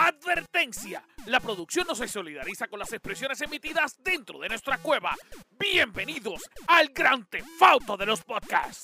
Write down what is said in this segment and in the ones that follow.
Advertencia: la producción no se solidariza con las expresiones emitidas dentro de nuestra cueva. Bienvenidos al Grand Theft Auto de los podcasts.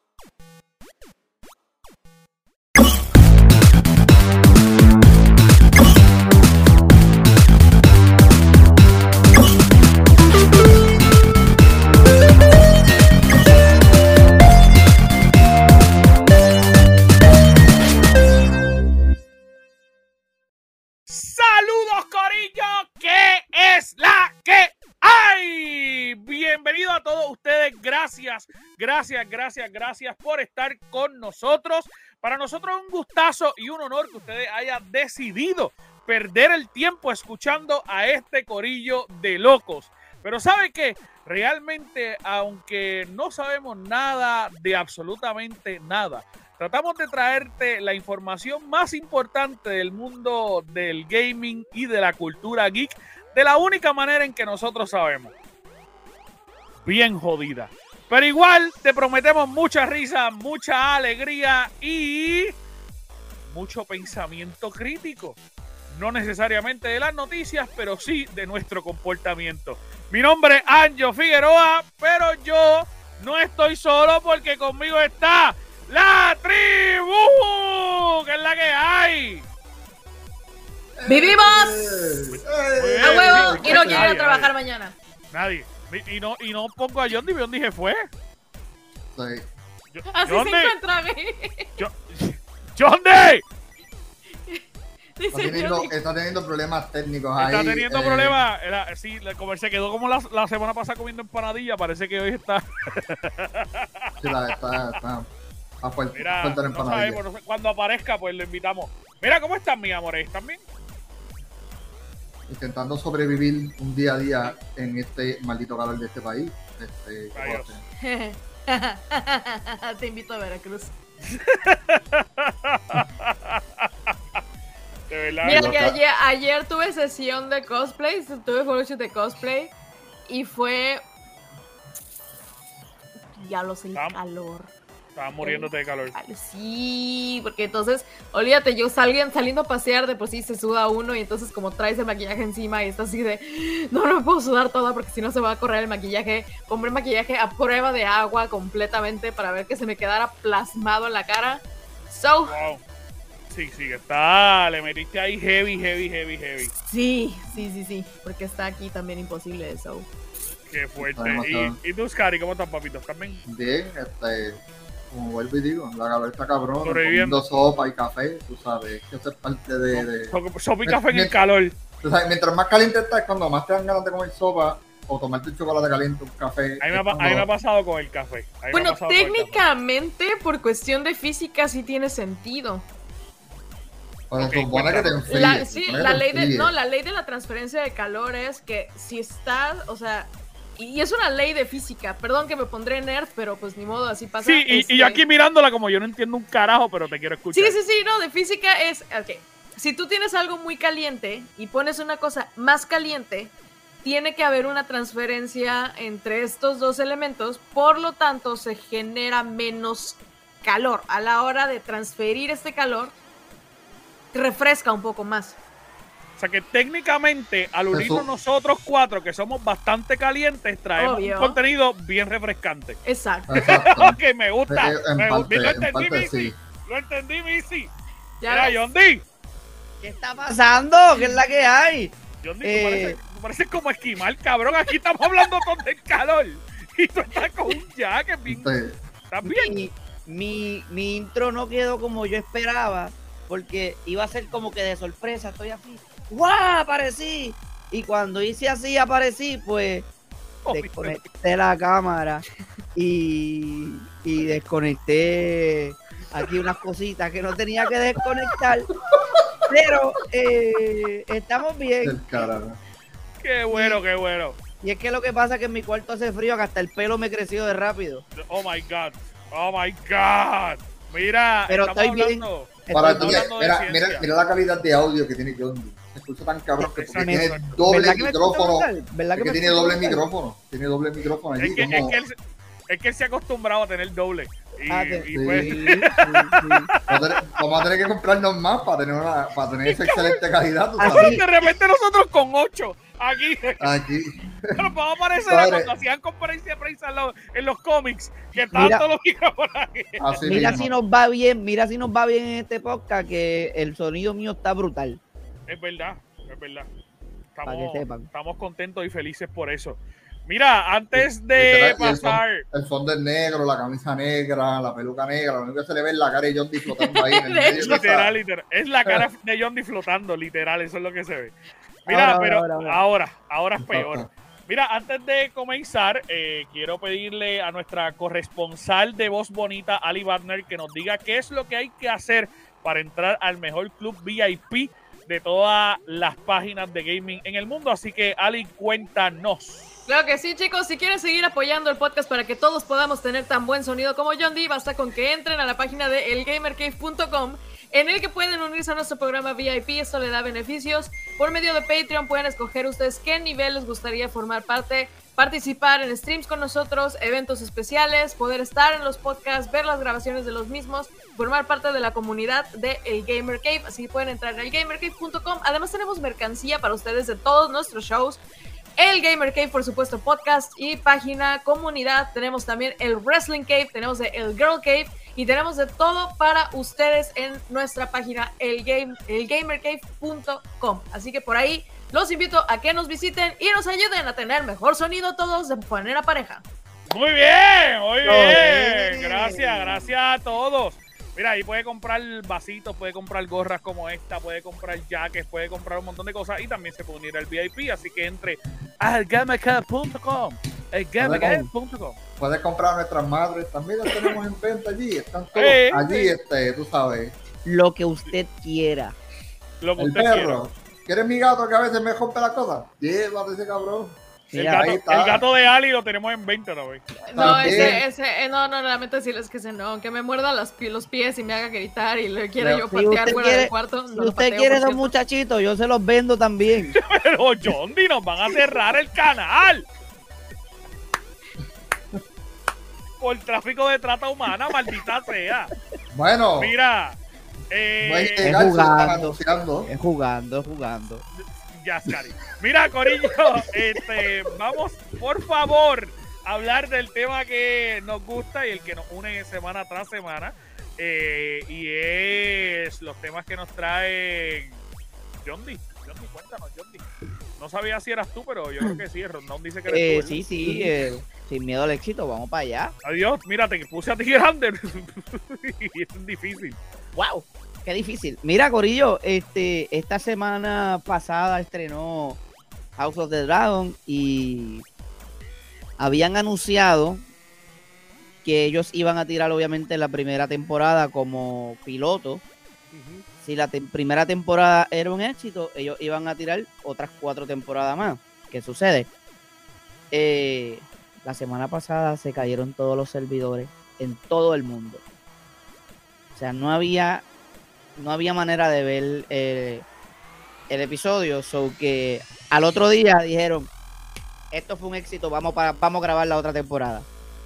¡Saludos, corillo! ¿Qué es la que hay? Bienvenido a todos ustedes. Gracias por estar con nosotros. Para nosotros es un gustazo y un honor que ustedes hayan decidido perder el tiempo escuchando a este corillo de locos. Pero ¿sabe qué? Realmente, aunque no sabemos nada de absolutamente nada, tratamos de traerte la información más importante del mundo del gaming y de la cultura geek de la única manera en que nosotros sabemos. Bien jodida. Pero igual te prometemos mucha risa, mucha alegría y mucho pensamiento crítico. No necesariamente de las noticias, pero sí de nuestro comportamiento. Mi nombre es Anjo Figueroa, pero yo no estoy solo porque conmigo está la tribu, que es la que hay. ¡Vivimos! ¡A huevo! Y no quiero ir a trabajar mañana. Nadie. Y no pongo a Yondi, Yondi se fue. Sí. Así Yondi, se encuentra a mí. ¡Yondi! Está teniendo problemas técnicos ahí. Está teniendo problemas. Sí, se quedó como la semana pasada comiendo empanadilla. Parece que hoy está. Sí, está fuerte, Mira, fuerte la no empanadilla. sabemos, no sé, cuando aparezca, pues lo invitamos. Mira, ¿cómo están, mis amores? ¿Están bien? Intentando sobrevivir un día a día en este maldito calor de este país. Adiós. Te invito a Veracruz. De verdad. Mira que ayer tuve sesión de cosplay, tuve workshop de cosplay y fue... Diablos, el calor. Estaban muriéndote de calor. Sí, porque entonces, olvídate, yo saliendo a pasear, de por sí se suda uno y entonces como traes el maquillaje encima y estás así de, no me puedo sudar toda porque si no se va a correr el maquillaje. Compré maquillaje a prueba de agua completamente para ver que se me quedara plasmado en la cara. So, wow. Sí, está, le metiste ahí heavy. Sí, porque está aquí también imposible eso. Qué fuerte. ¿Y tú, Scary, cómo estás, papito? ¿Estás bien? Bien, como vuelvo y digo, la calor está cabrón, Sobreviviendo. comiendo sopa y café, tú sabes, que eso es parte de... Sopa y café en el calor. Tú sabes, mientras más caliente está es cuando más te dan ganas de comer sopa o tomarte un chocolate caliente, un café. A mí me ha pasado con el café. Bueno, técnicamente, por cuestión de física, sí tiene sentido. Pues Okay, se supone que te enfríe. La ley de la transferencia de calor es que si estás, o sea, y es una ley de física, perdón que me pondré nerd, pero pues ni modo, así pasa. Sí, y yo aquí mirándola como yo no entiendo un carajo, pero te quiero escuchar. Sí, no, de física es, ok, si tú tienes algo muy caliente y pones una cosa más caliente, tiene que haber una transferencia entre estos dos elementos, por lo tanto se genera menos calor. A la hora de transferir este calor, refresca un poco más. O sea que técnicamente, al unirnos nosotros cuatro, que somos bastante calientes, traemos un contenido bien refrescante. Exacto. Que me gusta. Lo entendí, Missy. Mira, Yondi. ¿Qué está pasando? ¿Qué es la que hay? Yondi, tú pareces como esquimal, cabrón. Aquí estamos hablando todo del calor. Y tú estás con un jacket bien. ¿Estás bien? Mi intro no quedó como yo esperaba, porque iba a ser como que de sorpresa. Estoy así. ¡Guau! Aparecí. Y cuando hice así, aparecí, pues desconecté la cámara y desconecté aquí unas cositas que no tenía que desconectar. Pero estamos bien. Qué bueno. Y es que lo que pasa es que en mi cuarto hace frío, que hasta el pelo me creció de rápido. Oh my God. Mira, pero estoy bien. Mira la calidad de audio que tiene Yondi. Se escucha tan cabrón que porque tiene doble micrófono. ¿Verdad que tiene doble micrófono? Tiene doble micrófono. Es que él se ha acostumbrado a tener doble. Vamos a tener que comprarnos más para tener esa excelente calidad. De repente nosotros con 8 aquí. Pero vamos a aparecer cuando hacían conferencia de prensa en los cómics, que tanto lo micrófonos aquí. Mira si nos va bien, en este podcast, que el sonido mío está brutal. Es verdad. Estamos contentos y felices por eso. Mira, antes de pasar... El fondo es negro, la camisa negra, la peluca negra, lo único que se le ve es la cara de John D flotando ahí en el medio. Literal. Es la cara de John D flotando, literal, eso es lo que se ve. Mira, ahora es peor. Mira, antes de comenzar, quiero pedirle a nuestra corresponsal de Voz Bonita, Ali Wagner, que nos diga qué es lo que hay que hacer para entrar al mejor club VIP de todas las páginas de gaming en el mundo. Así que, Ali, cuéntanos. Claro que sí, chicos. Si quieren seguir apoyando el podcast para que todos podamos tener tan buen sonido como John D, basta con que entren a la página de elgamercave.com, en el que pueden unirse a nuestro programa VIP. Esto le da beneficios. Por medio de Patreon pueden escoger ustedes qué nivel les gustaría formar parte, participar en streams con nosotros, eventos especiales, poder estar en los podcasts, ver las grabaciones de los mismos, formar parte de la comunidad de El Gamer Cave. Así pueden entrar en elgamercave.com. Además tenemos mercancía para ustedes de todos nuestros shows. El Gamer Cave, por supuesto, podcast y página, comunidad. Tenemos también el Wrestling Cave, tenemos el Girl Cave y tenemos de todo para ustedes en nuestra página elgamercave.com. Así que por ahí los invito a que nos visiten y nos ayuden a tener mejor sonido todos de manera pareja. Muy bien. Gracias a todos. Mira, ahí puede comprar vasitos, puede comprar gorras como esta, puede comprar jackets, puede comprar un montón de cosas y también se puede unir al VIP, así que entre a elgamercave.com, elgamercave.com. Puedes comprar a nuestras madres, también las tenemos en venta allí, están todos allí, tú sabes. Lo que usted quiera. El perro, ¿quieres mi gato que a veces me rompe la cosa? Llévate ese cabrón. El gato de Ali lo tenemos en 20 también. No, lamento decirles que que me muerda los pies y me haga gritar y le quiera yo patear fuera del cuarto. Si usted quiere dos muchachitos, yo se los vendo también. Pero John D, nos van a cerrar el canal por tráfico de trata humana, maldita sea. Bueno, mira, es jugando. Ya, Cari. Mira, corillo, vamos, por favor, a hablar del tema que nos gusta y el que nos une semana tras semana. Y es los temas que nos trae John D. Cuéntanos, John D. No sabía si eras tú, pero yo creo que sí. Rondón dice que eres tú. Sí. Sin miedo al éxito, vamos para allá. Adiós, mírate que puse a ti grande. Y es difícil. ¡Wow! Qué difícil. Mira, corillo, esta semana pasada estrenó House of the Dragon y habían anunciado que ellos iban a tirar obviamente la primera temporada como piloto. Si la primera temporada era un éxito, ellos iban a tirar otras 4 temporadas más. ¿Qué sucede? La semana pasada se cayeron todos los servidores en todo el mundo. O sea, no había manera de ver el episodio, so que al otro día dijeron, esto fue un éxito, vamos a grabar la otra temporada.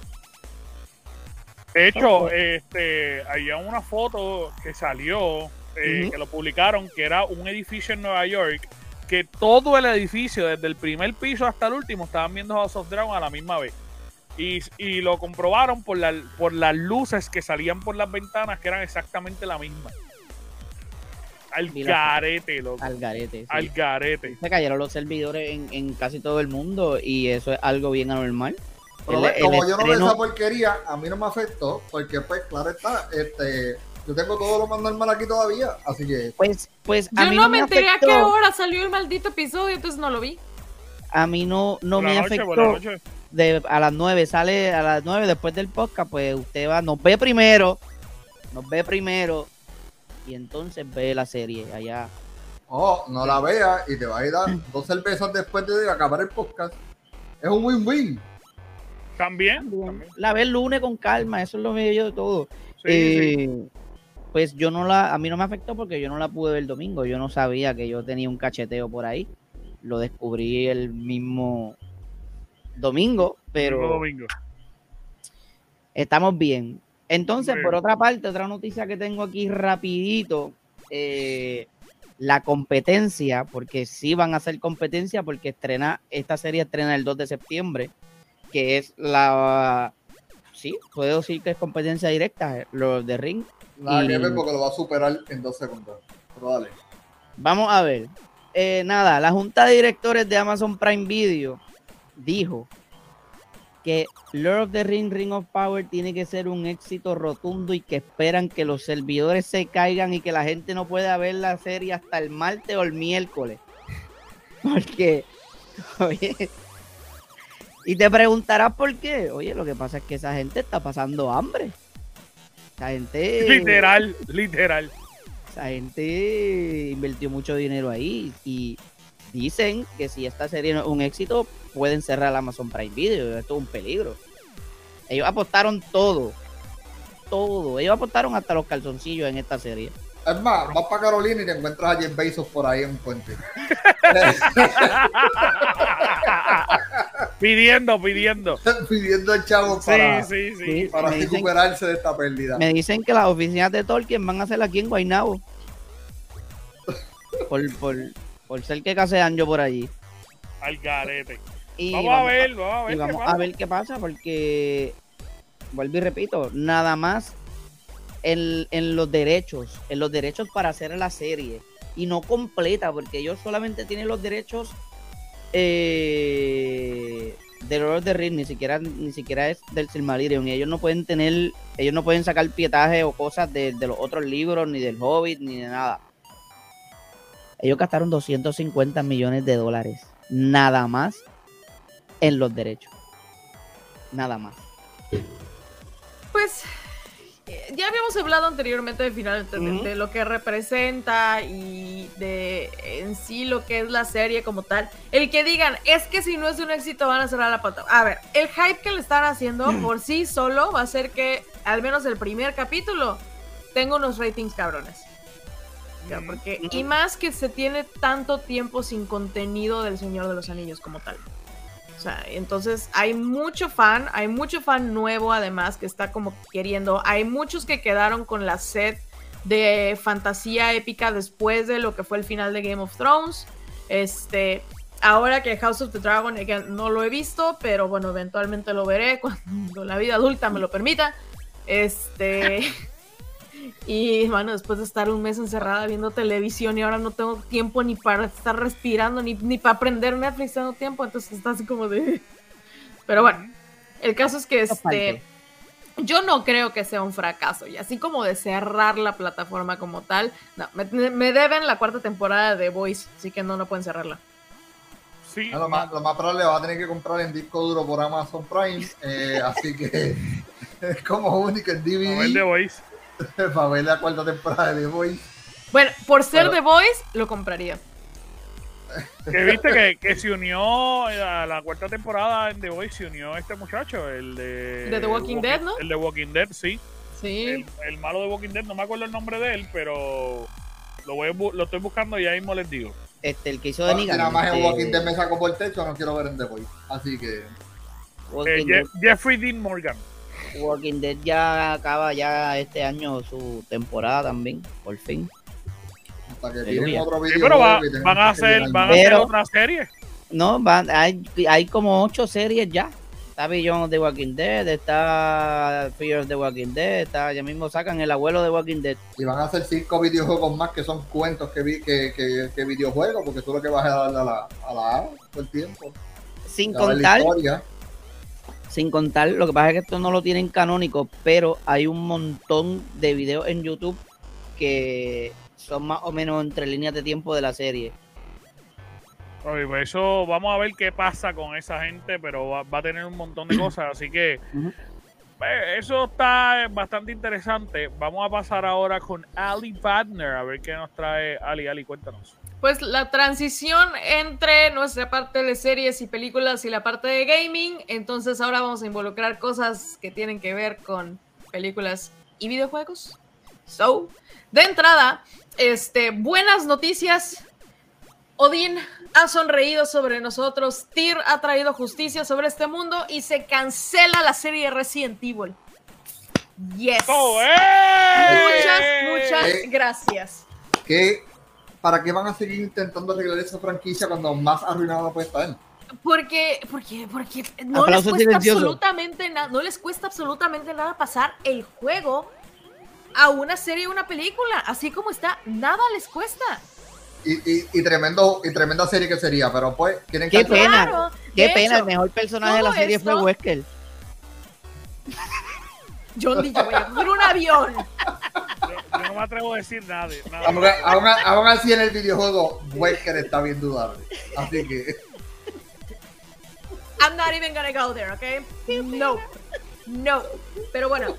De hecho, había una foto que salió, que lo publicaron, que era un edificio en Nueva York, que todo el edificio, desde el primer piso hasta el último, estaban viendo House of Dragon a la misma vez. Y lo comprobaron por las luces que salían por las ventanas, que eran exactamente la misma. Al garete, loco. Al garete. Sí. Al garete. Se cayeron los servidores en casi todo el mundo y eso es algo bien anormal. Pero como yo no veo esa porquería, a mí no me afectó, porque pues claro está, yo tengo todo lo más normal aquí todavía, así que... Pues a mí no me enteré a qué hora salió el maldito episodio, entonces no lo vi. A mí no me afectó. A las 9, sale a las 9 después del podcast, pues usted nos ve primero y entonces ve la serie allá. No la veas y te vas a dar 2 cervezas después de acabar el podcast. Es un win-win. También. La ve el lunes con calma, eso es lo bello de todo. Sí. Pues a mí no me afectó porque yo no la pude ver el domingo. Yo no sabía que yo tenía un cacheteo por ahí. Lo descubrí el mismo domingo, pero estamos bien. Entonces, por otra parte, otra noticia que tengo aquí rapidito, la competencia, porque sí van a hacer competencia, porque esta serie estrena el 2 de septiembre, que es sí, puedo decir que es competencia directa, Lord of the Rings. Nada que ver porque lo va a superar en 2 segundos, pero dale. Vamos a ver. La junta de directores de Amazon Prime Video dijo que Lord of the Rings, Ring of Power tiene que ser un éxito rotundo y que esperan que los servidores se caigan y que la gente no pueda ver la serie hasta el martes o el miércoles. Porque, oye, y te preguntarás por qué. Oye, lo que pasa es que esa gente está pasando hambre. Esa gente... Literal. Esa gente invirtió mucho dinero ahí y dicen que si esta serie no es un éxito, pueden cerrar Amazon Prime Video. Esto es un peligro. Ellos apostaron todo. Ellos apostaron hasta los calzoncillos en esta serie. Es más, vas para Carolina y te encuentras a Jeff Bezos por ahí en un puente. pidiendo. Pidiendo el chavo para recuperarse de esta pérdida. Me dicen que las oficinas de Tolkien van a ser aquí en Guaynabo. por ser que casean yo por allí. Al garete. Vamos a ver qué pasa, porque vuelvo y repito, nada más en los derechos para hacer la serie, y no completa, porque ellos solamente tienen los derechos de Lord of the Rings, ni siquiera es del Silmarillion, y ellos no pueden sacar pietaje o cosas de los otros libros, ni del Hobbit, ni de nada. Ellos gastaron $250 millones nada más en los derechos. Nada más. Pues ya habíamos hablado anteriormente del final, de lo que representa y de en sí lo que es la serie como tal. El que digan, es que si no es un éxito van a cerrar la pata. A ver, el hype que le están haciendo por sí solo va a hacer que al menos el primer capítulo tenga unos ratings cabrones. Porque, y más que se tiene tanto tiempo sin contenido del Señor de los Anillos como tal. O sea, entonces hay mucho fan nuevo además que está como queriendo. Hay muchos que quedaron con la sed de fantasía épica después de lo que fue el final de Game of Thrones. Ahora que House of the Dragon no lo he visto, pero bueno, eventualmente lo veré cuando la vida adulta me lo permita. Y bueno, después de estar un mes encerrada viendo televisión y ahora no tengo tiempo ni para estar respirando, ni para aprender Netflix tengo tiempo, entonces está así como de... Pero bueno, el caso es que yo no creo que sea un fracaso, y así como de cerrar la plataforma como tal, no, me deben la 4ª temporada de The Voice, así que no pueden cerrarla. Sí. Lo más probable va a tener que comprar en disco duro por Amazon Prime, así que es como único en DVD. A ver The Voice. Para ver la 4ª temporada de The Voice. Bueno, por ser The Voice, lo compraría. Que viste que se unió a la 4ª temporada en The Voice, se unió este muchacho, el de The Walking Dead, ¿no? El de Walking Dead, sí. Sí. El malo de Walking Dead, no me acuerdo el nombre de él, pero lo estoy buscando y ya mismo les digo. El que hizo de Negan. Nada más en Walking Dead me sacó por el techo, no quiero ver en The Voice. Así que... Jeffrey Dean Morgan. Walking Dead ya acaba este año su temporada también, por fin. Hasta que tienen otro video. Sí, pero van a hacer otra serie. No, hay como 8 series ya. Está Beyond of the Walking Dead, está Fear of the Walking Dead, ya mismo sacan El Abuelo de Walking Dead. Y van a hacer 5 videojuegos más que son cuentos que videojuegos, porque tú lo que vas a darle a la todo el tiempo. Sin contar, lo que pasa es que esto no lo tienen canónico, pero hay un montón de videos en YouTube que son más o menos entre líneas de tiempo de la serie. Oye, pues eso, vamos a ver qué pasa con esa gente, pero va a tener un montón de cosas, así que eso está bastante interesante. Vamos a pasar ahora con Ali Wagner, a ver qué nos trae Ali. Ali, cuéntanos. Pues la transición entre nuestra parte de series y películas y la parte de gaming. Entonces ahora vamos a involucrar cosas que tienen que ver con películas y videojuegos. So, de entrada, buenas noticias. Odín ha sonreído sobre nosotros. Tyr ha traído justicia sobre este mundo y se cancela la serie Resident Evil. Yes. Muchas gracias. ¿Para qué van a seguir intentando arreglar esa franquicia cuando más arruinada puede estar? Porque no les cuesta absolutamente nada, no les cuesta absolutamente nada pasar el juego a una serie o una película, así como está, nada les cuesta. Y tremenda serie que sería, pero pues tienen que... Qué pena, el mejor personaje de la serie fue Wesker. John D. yo voy a coger un avión. Yo no me atrevo a decir nada. Aún así en el videojuego Wesker está bien dudable, así que... I'm not even gonna go there, ¿ok? No. Pero bueno,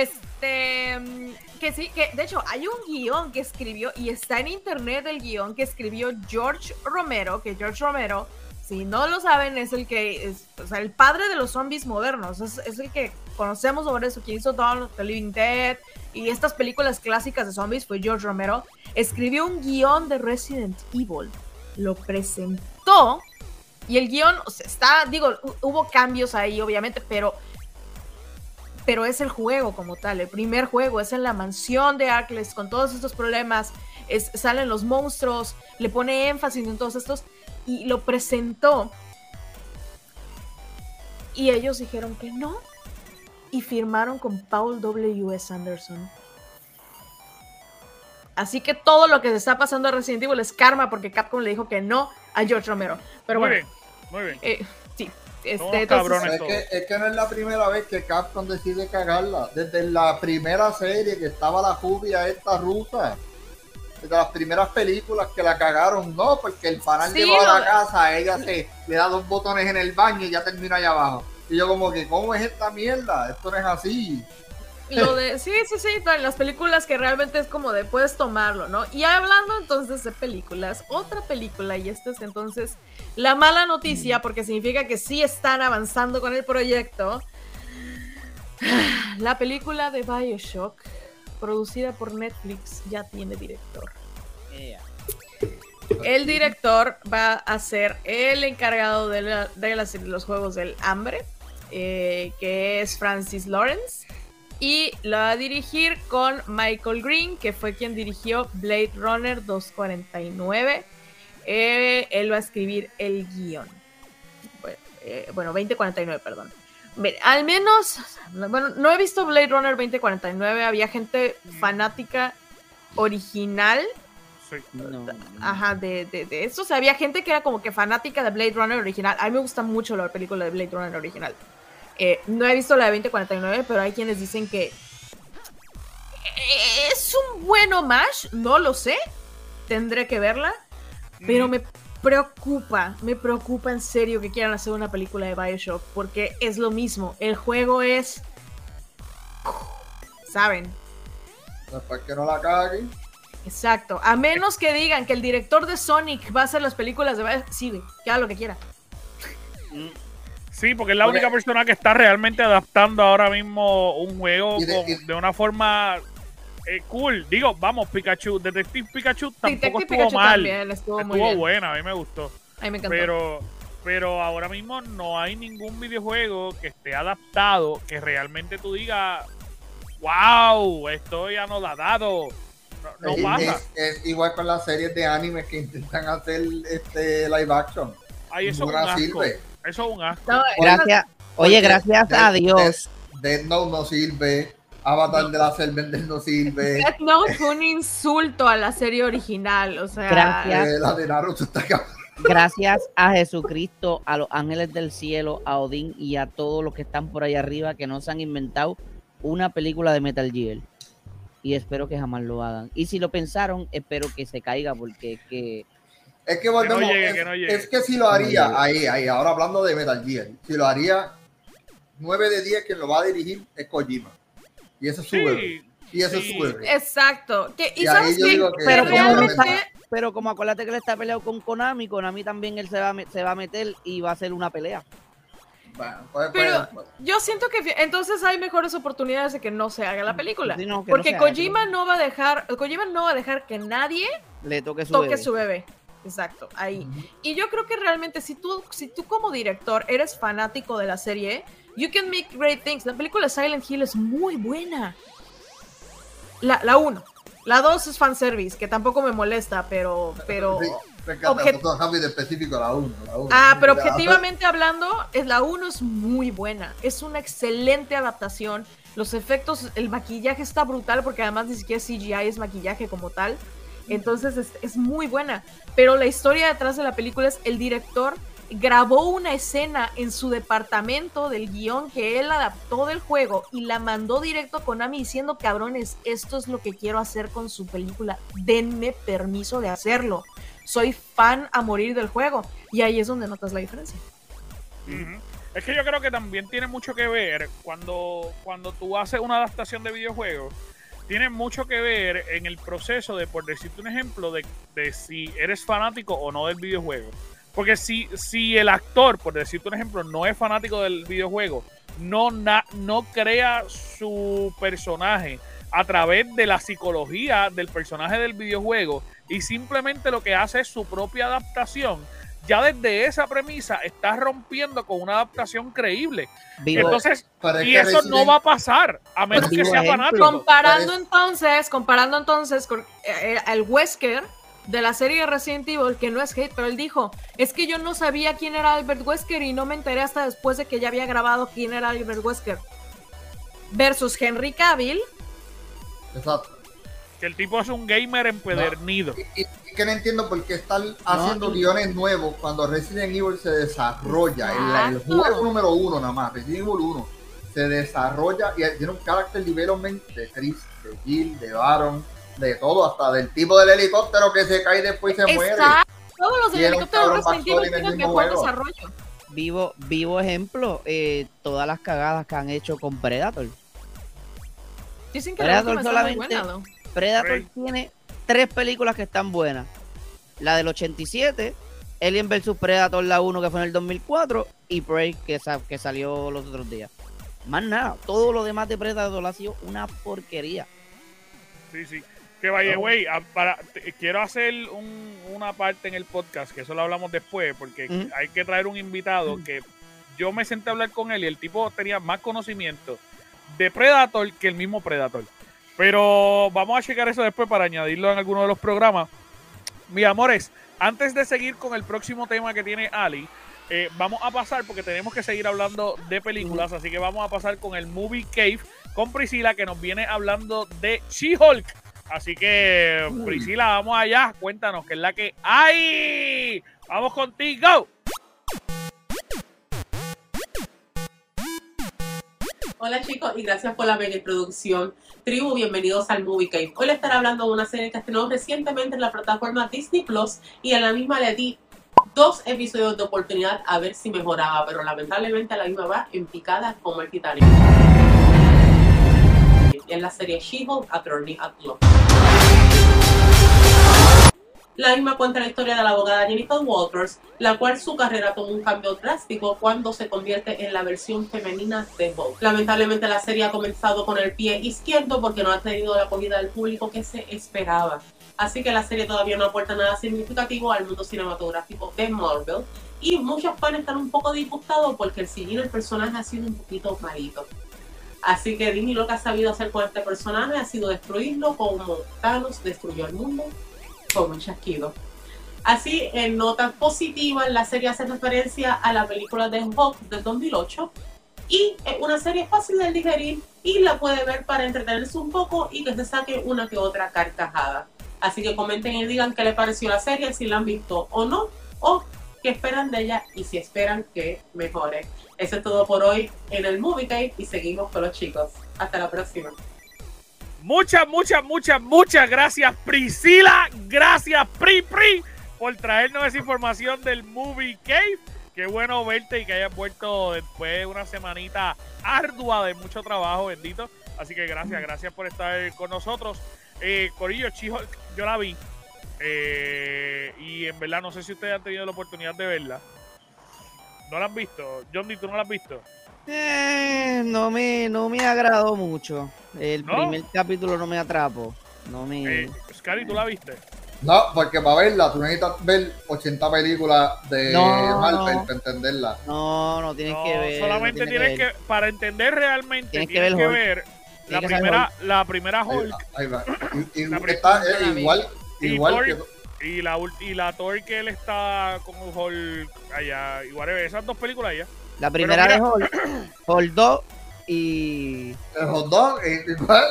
que sí, que de hecho hay un guión que escribió y está en internet el guión que escribió George Romero, que George Romero, si no lo saben, es el que es, o sea, el padre de los zombies modernos, es el que conocemos sobre eso, que hizo Dawn of the Living Dead y estas películas clásicas de zombies, fue George Romero. Escribió un guión de Resident Evil, lo presentó y el guión, o sea, hubo cambios ahí obviamente, pero es el juego como tal, el primer juego, es en la mansión de Arkless con todos estos problemas, salen los monstruos, le pone énfasis en todos estos y lo presentó y ellos dijeron que no y firmaron con Paul W.S. Anderson. Así que todo lo que se está pasando a Resident Evil es karma porque Capcom le dijo que no a George Romero. Pero muy bien. Sí. Es que no es la primera vez que Capcom decide cagarla. Desde la primera serie que estaba la rubia esta rusa, desde las primeras películas que la cagaron, no, porque el panel llegó a la casa, ella le da 2 botones en el baño y ya termina allá abajo. Y yo como que, ¿cómo es esta mierda? Esto no es así. Sí, en las películas que realmente es como de puedes tomarlo, ¿no? Y hablando entonces de películas, otra película, y esta es entonces la mala noticia, porque significa que sí están avanzando con el proyecto. La película de BioShock, producida por Netflix, ya tiene director. El director va a ser el encargado de los Juegos del Hambre, que es Francis Lawrence. Y lo va a dirigir con Michael Green, que fue quien dirigió Blade Runner 249. Él va a escribir el guión. 2049, perdón. Al menos, bueno, no he visto Blade Runner 2049. Había gente fanática original. Sí. Ajá, de eso. O sea, había gente que era como que fanática de Blade Runner original. A mí me gusta mucho la película de Blade Runner original. No he visto la de 2049, pero hay quienes dicen que es un buen homage, no lo sé, tendré que verla, pero me preocupa en serio que quieran hacer una película de BioShock, porque es lo mismo, el juego es, ¿saben? Después que no la caguen. Exacto, a menos que digan que el director de Sonic va a hacer las películas de BioShock, sí, que haga lo que quiera. Sí, porque es la única persona que está realmente adaptando ahora mismo un juego de una forma cool. Digo, vamos, Pikachu, Detective Pikachu tampoco estuvo mal. Estuvo buena, a mí me gustó. A mí me encantó. Pero ahora mismo no hay ningún videojuego que esté adaptado que realmente tú digas, wow, esto ya no lo ha dado. No pasa. Es igual con las series de anime que intentan hacer live action. Ay, eso es un asco. Eso es un asco. No, gracias a Dios. Death Note no sirve. Avatar de la Selvender no sirve. Death Note fue un insulto a la serie original. O sea, gracias. La de Naruto está acá. Gracias a Jesucristo, a los ángeles del cielo, a Odín y a todos los que están por ahí arriba que no se han inventado una película de Metal Gear. Y espero que jamás lo hagan. Y si lo pensaron, espero que se caiga porque es que volvemos, es que si lo haría, ahí, ahora hablando de Metal Gear, si lo haría 9 de 10, quien lo va a dirigir es Kojima. Y eso es su bebé. Y eso es su bebé. Exacto. Y sabes qué, pero como acuérdate que él está peleado con Konami también él se va a meter y va a hacer una pelea. Bueno, pero yo siento que entonces hay mejores oportunidades de que no se haga la película. Sí, no, porque Kojima no va a dejar que nadie le toque su bebé. Exacto, ahí. Y yo creo que realmente si tú como director eres fanático de la serie, You Can Make Great Things. La película Silent Hill es muy buena. La 1. La 2 es fanservice, que tampoco me molesta, pero Sí, me encanta, todo rápido específico la 1. Pero objetivamente hablando, la 1 es muy buena. Es una excelente adaptación. Los efectos, el maquillaje está brutal, porque además ni siquiera CGI es maquillaje como tal. Entonces es muy buena. Pero la historia detrás de la película es el director grabó una escena en su departamento del guión que él adaptó del juego y la mandó directo a Konami diciendo, cabrones, esto es lo que quiero hacer con su película, denme permiso de hacerlo, soy fan a morir del juego. Y ahí es donde notas la diferencia. Es que yo creo que también tiene mucho que ver cuando tú haces una adaptación de videojuegos, tiene mucho que ver en el proceso de, por decirte un ejemplo, de si eres fanático o no del videojuego. Porque si el actor, por decirte un ejemplo, no es fanático del videojuego, no crea su personaje a través de la psicología del personaje del videojuego y simplemente lo que hace es su propia adaptación, ya desde esa premisa estás rompiendo con una adaptación creíble. Entonces, y eso no va a pasar a menos que sea fanático. Comparando entonces con el Wesker de la serie Resident Evil, que no es hate, pero él dijo, es que yo no sabía quién era Albert Wesker y no me enteré hasta después de que ya había grabado quién era Albert Wesker. Versus Henry Cavill. Exacto. Que el tipo es un gamer empedernido. Y que no entiendo por qué están haciendo guiones nuevos cuando Resident Evil se desarrolla. El juego número 1 nada más, Resident Evil 1, se desarrolla y tiene un character development de Chris, de Jill, de Baron, de todo, hasta del tipo del helicóptero que se cae y después se muere. Todos los del helicóptero Resident Evil tienen mejor desarrollo. Vivo ejemplo, todas las cagadas que han hecho con Predator. Dicen que Predator solamente buena, ¿no? Predator tiene 3 películas que están buenas. La del 87, Alien vs Predator, la 1 que fue en el 2004, y Prey que salió los otros días. Más nada, todo lo demás de Predator ha sido una porquería. Sí. Que vaya, güey, quiero hacer una parte en el podcast, que eso lo hablamos después, porque hay que traer un invitado que yo me senté a hablar con él y el tipo tenía más conocimiento de Predator que el mismo Predator. Pero vamos a checar eso después para añadirlo en alguno de los programas. Mis amores, antes de seguir con el próximo tema que tiene Ali, vamos a pasar, porque tenemos que seguir hablando de películas, así que vamos a pasar con el Movie Cave con Priscila, que nos viene hablando de She-Hulk. Así que, Priscila, vamos allá. Cuéntanos qué es la que hay. ¡Vamos contigo! Hola chicos y gracias por la mega introducción. Tribu, bienvenidos al Movie Cave. Hoy les estaré hablando de una serie que estrenó recientemente en la plataforma Disney Plus y a la misma le di 2 episodios de oportunidad a ver si mejoraba, pero lamentablemente la misma va en picada como el Titanic. En la serie She-Hulk Attorney at Law. La misma cuenta la historia de la abogada Jennifer Walters, la cual su carrera tuvo un cambio drástico cuando se convierte en la versión femenina de Hulk. Lamentablemente la serie ha comenzado con el pie izquierdo porque no ha tenido la acogida del público que se esperaba. Así que la serie todavía no aporta nada significativo al mundo cinematográfico de Marvel y muchos fans están un poco disgustados porque el CGI del personaje ha sido un poquito malito. Así que Disney lo que ha sabido hacer con este personaje ha sido destruirlo como Thanos destruyó el mundo con un chasquido. Así, en notas positivas, la serie hace referencia a la película de Hulk del 2008 y es una serie fácil de digerir y la puede ver para entretenerse un poco y que se saque una que otra carcajada. Así que comenten y digan qué les pareció la serie, si la han visto o no, o qué esperan de ella y si esperan que mejore. Eso es todo por hoy en el Movie Cave y seguimos con los chicos. Hasta la próxima. Muchas gracias, Priscila. Gracias, Pri, por traernos esa información del Movie Cave. Qué bueno verte y que hayas vuelto después de una semanita ardua de mucho trabajo, bendito. Así que gracias por estar con nosotros. Corillo, She-Hulk, yo la vi. Y en verdad no sé si ustedes han tenido la oportunidad de verla. ¿No la han visto? Johnny, ¿tú no la has visto? No me agradó mucho. El ¿No? primer capítulo no me atrapó. Scary, ¿tú la viste? No, porque para verla tú necesitas ver 80 películas de Marvel para entenderla. No tienes que ver. Solamente tienes que, para entender realmente, tienes que ver la primera Hulk. Ahí va. Y está igual y la Thor que él está con Hulk allá, igual esas dos películas allá. La primera de Hulk, Hulk 2 y... El hot dog, igual.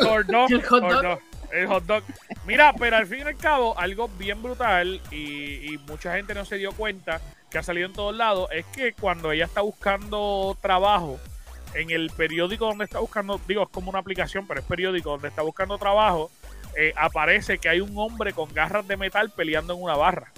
El hot dog. Mira, pero al fin y al cabo, algo bien brutal y mucha gente no se dio cuenta, que ha salido en todos lados, es que cuando ella está buscando trabajo, en el periódico donde está buscando, digo, es como una aplicación, pero es periódico donde está buscando trabajo, aparece que hay un hombre con garras de metal peleando en una barra.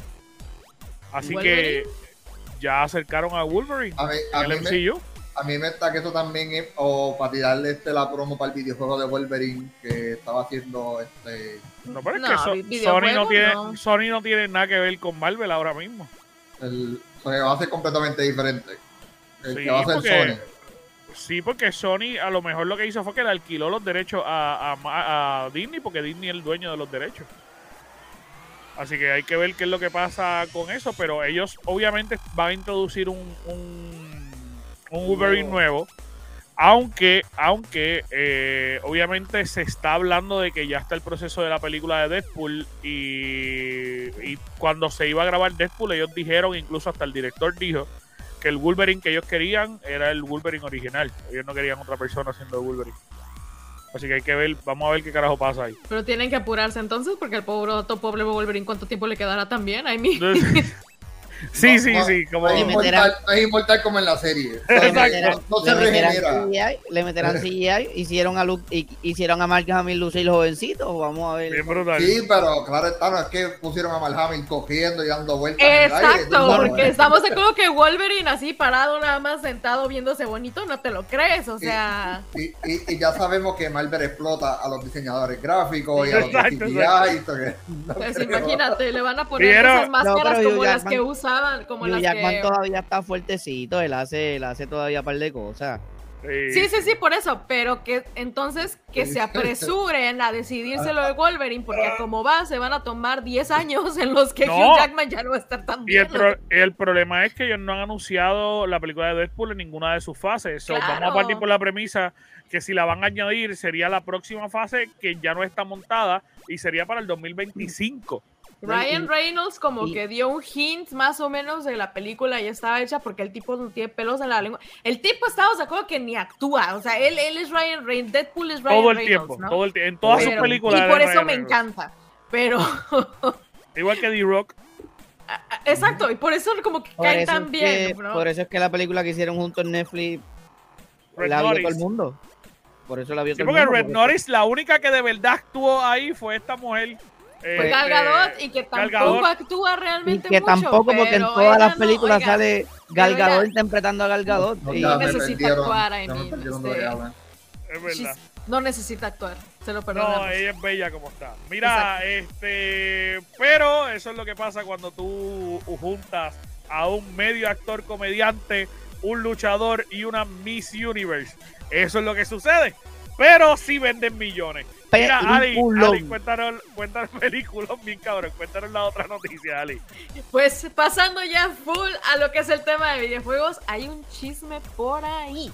Así que ya acercaron a Wolverine en el MCU. A mí me está que esto también es, o para tirarle la promo para el videojuego de Wolverine que estaba haciendo No, pero es que Sony no tiene nada que ver con Marvel ahora mismo. Va a ser completamente diferente. Que va a ser Sony. Sí, porque Sony a lo mejor lo que hizo fue que le alquiló los derechos a Disney, porque Disney es el dueño de los derechos. Así que hay que ver qué es lo que pasa con eso, pero ellos obviamente van a introducir un Wolverine nuevo, aunque obviamente se está hablando de que ya está el proceso de la película de Deadpool y cuando se iba a grabar Deadpool ellos dijeron, incluso hasta el director dijo, que el Wolverine que ellos querían era el Wolverine original. Ellos no querían otra persona haciendo Wolverine. Así que hay que ver, vamos a ver qué carajo pasa ahí. Pero tienen que apurarse entonces, porque el pobre Wolverine, ¿cuánto tiempo le quedará también? Sí. Como... Es inmortal como en la serie. No se regenera. Le meterán CGI, hicieron a Mark Hamill lucir jovencito, vamos a ver. Bien brutal. Sí, pero claro está, no es que pusieron a Mark Hamill cogiendo y dando vueltas. Exacto, porque estamos de acuerdo que Wolverine así parado, nada más sentado viéndose bonito, no te lo crees, o sea... Y ya sabemos que Marvel explota a los diseñadores gráficos y a los CGI. Pues imagínate, le van a poner esas máscaras como las que usan. Hugh Jackman todavía está fuertecito, él hace todavía un par de cosas. Sí, por eso, pero que entonces que se apresuren a decidirse lo de Wolverine, porque como va, se van a tomar 10 años en los que Hugh Jackman ya no va a estar tan bien. Y el problema es que ellos no han anunciado la película de Deadpool en ninguna de sus fases. Claro. Vamos a partir por la premisa que si la van a añadir sería la próxima fase que ya no está montada y sería para el 2025. Ryan Reynolds como que dio un hint más o menos de la película ya estaba hecha porque el tipo no tiene pelos en la lengua. El tipo estamos de acuerdo que ni actúa, o sea, él es Ryan Reynolds, Deadpool es Ryan Reynolds, ¿no? Todo el tiempo, en todas sus películas. Y por eso me encanta, pero... Igual que D-Rock. Exacto, y por eso como que cae tan bien, ¿no? Por eso es que la película que hicieron juntos en Netflix la vio todo el mundo. Por eso la vio todo el mundo. Porque Red Notice, la única que de verdad actuó ahí fue esta mujer. Fue Gal Gadot, y que tampoco actúa realmente y que mucho, tampoco, porque en todas las películas sale Gal Gadot interpretando a Gal Gadot. No necesita actuar, es verdad. No necesita actuar, se lo perdonamos. No, ella es bella como está. Mira, pero eso es lo que pasa cuando tú juntas a un medio actor comediante, un luchador y una Miss Universe. Eso es lo que sucede. Pero sí venden millones. Mira, Ali, cuéntanos películas bien cabrón. Cuéntanos la otra noticia, Ali. Pues pasando ya full a lo que es el tema de videojuegos, hay un chisme por ahí.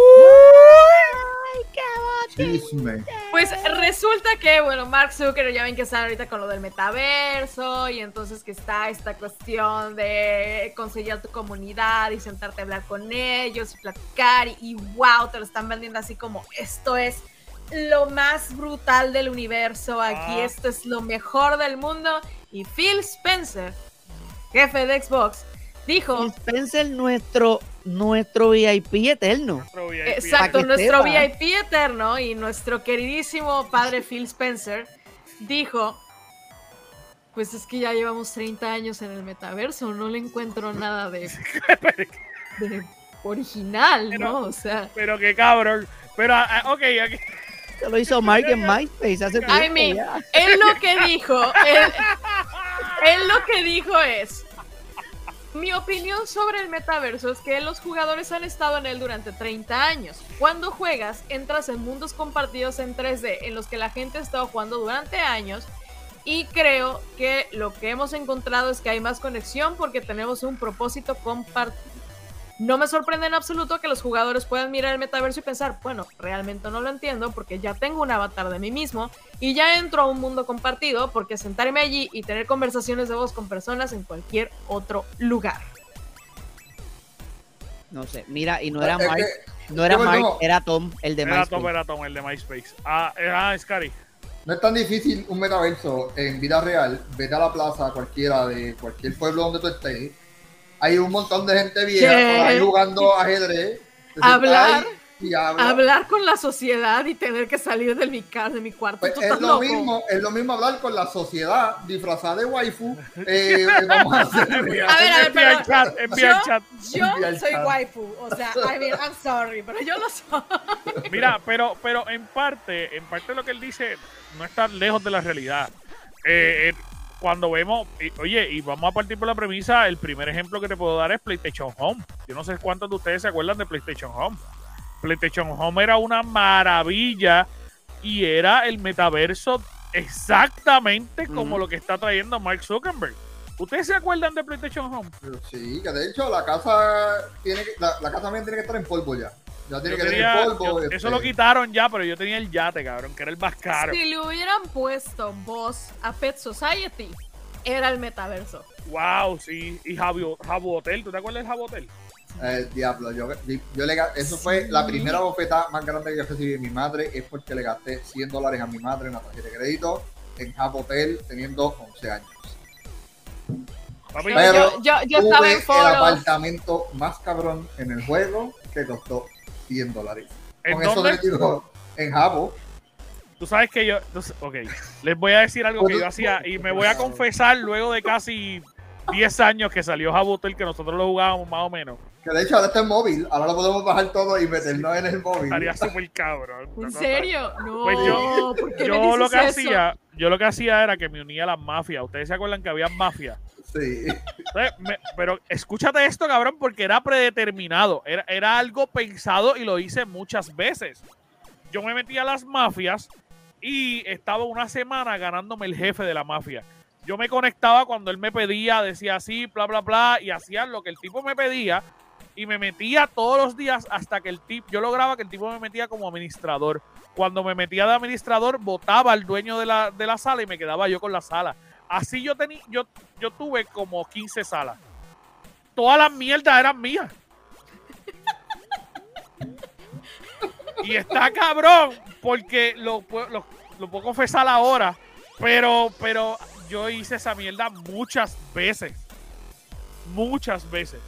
¡Ay, qué chisme! Pues resulta que, bueno, Mark Zuckerberg ya ven que está ahorita con lo del metaverso y entonces que está esta cuestión de conseguir a tu comunidad y sentarte a hablar con ellos y platicar y wow, te lo están vendiendo así como esto es lo más brutal del universo, aquí esto es lo mejor del mundo. Y Phil Spencer, jefe de Xbox, dijo... Phil Spencer, nuestro VIP eterno. Exacto, nuestro VIP eterno y nuestro queridísimo padre Phil Spencer dijo, pues es que ya llevamos 30 años en el metaverso, no le encuentro nada de original, ¿no? O sea... Pero qué cabrón. Pero, ok, aquí... Se lo hizo Mark en MySpace hace tiempo. Él lo que dijo, él lo que dijo es, mi opinión sobre el metaverso es que los jugadores han estado en él durante 30 años. Cuando juegas, entras en mundos compartidos en 3D en los que la gente ha estado jugando durante años Y creo que lo que hemos encontrado es que hay más conexión porque tenemos un propósito compartido. No me sorprende en absoluto que los jugadores puedan mirar el metaverso y pensar, bueno, realmente no lo entiendo porque ya tengo un avatar de mí mismo y ya entro a un mundo compartido porque sentarme allí y tener conversaciones de voz con personas en cualquier otro lugar. No sé, mira, y no era Mark, no era Mark, era Tom, el de MySpace. Era Tom, el de MySpace. Scary. No es tan difícil un metaverso en vida real. Vete a la plaza cualquiera de cualquier pueblo donde tú estés. Hay un montón de gente vieja por ahí jugando ajedrez. Hablar con la sociedad y tener que salir de mi cuarto. Pues es lo mismo hablar con la sociedad disfrazada de waifu. Vamos a hacer envía el chat. Yo soy waifu, o sea, I'm sorry, pero yo no soy. Mira, pero en parte lo que él dice no está lejos de la realidad. Cuando vemos, y vamos a partir por la premisa, el primer ejemplo que te puedo dar es PlayStation Home. Yo no sé cuántos de ustedes se acuerdan de PlayStation Home. PlayStation Home era una maravilla y era el metaverso exactamente como lo que está trayendo Mark Zuckerberg. ¿Ustedes se acuerdan de PlayStation Home? Sí, que de hecho la casa también tiene que estar en polvo ya. Ya tiene que tener polvo. Eso lo quitaron ya, pero yo tenía el yate, cabrón, que era el más caro. Si le hubieran puesto voz a Pet Society, era el metaverso. Wow, sí. Y Habbo Hotel, ¿tú te acuerdas del Habbo Hotel? Diablo, eso fue la primera bofetada más grande que yo recibí de mi madre, es porque le gasté $100 a mi madre en la tarjeta de crédito en Habbo Hotel teniendo 11 años. Papi, pero yo estaba en foros. El apartamento más cabrón en el juego que costó $100. Con eso le digo, en Habbo. Tú sabes que les voy a decir algo que yo hacía y me voy a confesar luego de casi 10 años que salió Habbo Hotel, que nosotros lo jugábamos más o menos. Que de hecho ahora está en móvil, ahora lo podemos bajar todo y meternos en el móvil. Estaría súper cabrón. ¿En serio? No. Pues yo lo que hacía era que me unía a las mafias. ¿Ustedes se acuerdan que había mafias? Sí. Pero escúchate esto, cabrón, porque era predeterminado. Era algo pensado y lo hice muchas veces. Yo me metí a las mafias y estaba una semana ganándome el jefe de la mafia. Yo me conectaba cuando él me pedía, decía así, bla, bla, bla, y hacía lo que el tipo me pedía y me metía todos los días hasta que yo lograba que el tipo me metía como administrador. Cuando me metía de administrador, votaba al dueño de la sala y me quedaba yo con la sala. Así yo tuve como 15 salas. Todas las mierdas eran mías. Y está cabrón, porque lo puedo confesar ahora, pero yo hice esa mierda muchas veces. Muchas veces.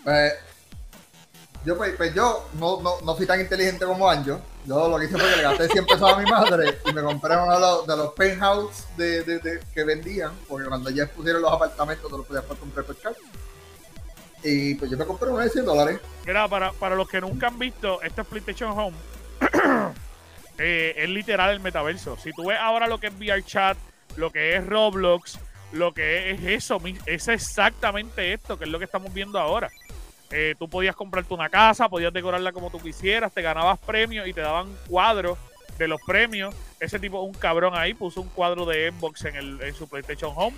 Yo no fui tan inteligente como Anjo. Yo lo que hice fue que le gasté 100 pesos a mi madre y me compré uno de los penthouse que vendían, porque cuando ya pusieron los apartamentos te los podías comprar por cash. Y pues yo me compré uno de $100. Mira, para los que nunca han visto, este PlayStation Home es literal el metaverso. Si tú ves ahora lo que es VRChat, lo que es Roblox, lo que es eso, es exactamente esto, que es lo que estamos viendo ahora. Tú podías comprarte una casa, podías decorarla como tú quisieras, te ganabas premios y te daban cuadros de los premios. Ese tipo, un cabrón ahí, puso un cuadro de Xbox en su PlayStation Home.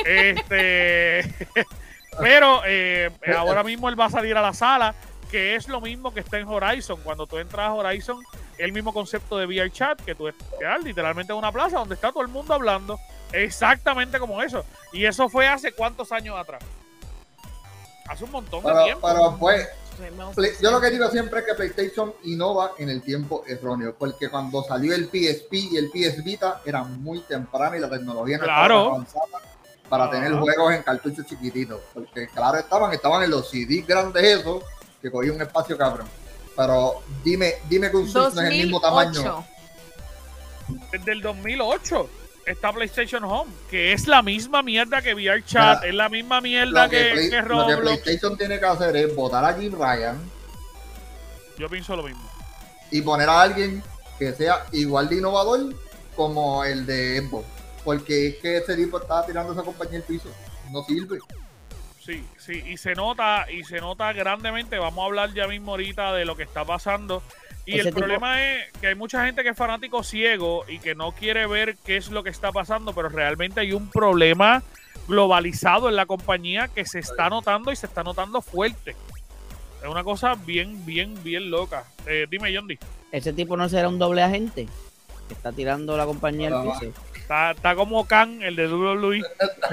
Pero ahora mismo él va a salir a la sala, que es lo mismo que está en Horizon. Cuando tú entras a Horizon, el mismo concepto de VRChat, que tú estás literalmente en una plaza donde está todo el mundo hablando, exactamente como eso. Y eso fue hace ¿cuántos años atrás? Hace un montón de tiempo. Pero pues, yo lo que digo siempre es que PlayStation innova en el tiempo erróneo, porque cuando salió el PSP y el PS Vita eran muy temprano y la tecnología no estaba avanzada para tener juegos en cartuchos chiquititos, porque claro estaban en los CD grandes esos, que cogía un espacio cabrón. Pero dime que un Switch no es el mismo tamaño. Desde el 2008 está PlayStation Home, que es la misma mierda que VRChat, es la misma mierda que Roblox. Lo que PlayStation tiene que hacer es votar a Jim Ryan. Yo pienso lo mismo. Y poner a alguien que sea igual de innovador como el de Xbox. Porque es que ese tipo está tirando esa compañía al piso. No sirve. Sí, y se nota grandemente. Vamos a hablar ya mismo ahorita de lo que está pasando Y el problema es que hay mucha gente que es fanático ciego y que no quiere ver qué es lo que está pasando, pero realmente hay un problema globalizado en la compañía que se está notando y se está notando fuerte. Es una cosa bien loca. Dime, Yondi. Ese tipo no será un doble agente que está tirando la compañía al piso. Está como Khan, el de WWE.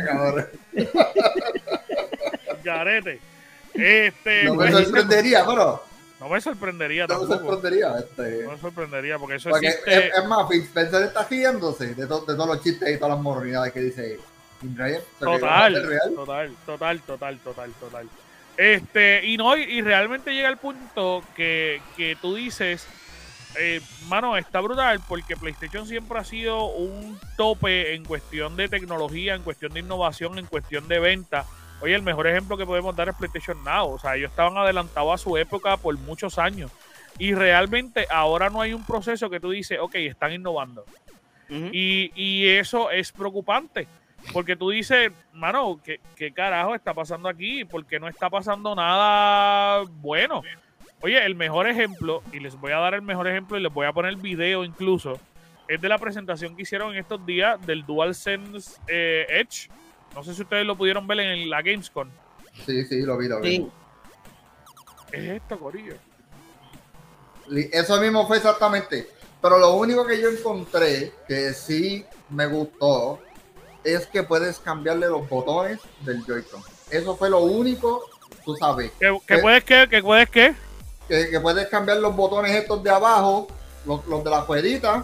Garete. No me sorprendería, pero... No me sorprendería tampoco. No me sorprendería porque eso porque existe... es más, Spencer está riéndose de todos los chistes y todas las morrinidades que dice Ryan. Total. Y realmente llega el punto que tú dices, mano, está brutal porque PlayStation siempre ha sido un tope en cuestión de tecnología, en cuestión de innovación, en cuestión de venta. Oye, el mejor ejemplo que podemos dar es PlayStation Now. O sea, ellos estaban adelantados a su época por muchos años. Y realmente ahora no hay un proceso que tú dices, ok, están innovando. Y eso es preocupante. Porque tú dices, mano, ¿qué carajo está pasando aquí? Porque no está pasando nada bueno. Oye, el mejor ejemplo, y les voy a dar el mejor ejemplo y les voy a poner el video incluso, es de la presentación que hicieron en estos días del DualSense Edge. No sé si ustedes lo pudieron ver en la Gamescom. Sí, lo vi. Sí. Es esto, corillo. Eso mismo fue exactamente. Pero lo único que yo encontré que sí me gustó es que puedes cambiarle los botones del Joy-Con. Eso fue lo único, tú sabes. ¿Que puedes qué? Que puedes cambiar los botones estos de abajo, los de la ruedita.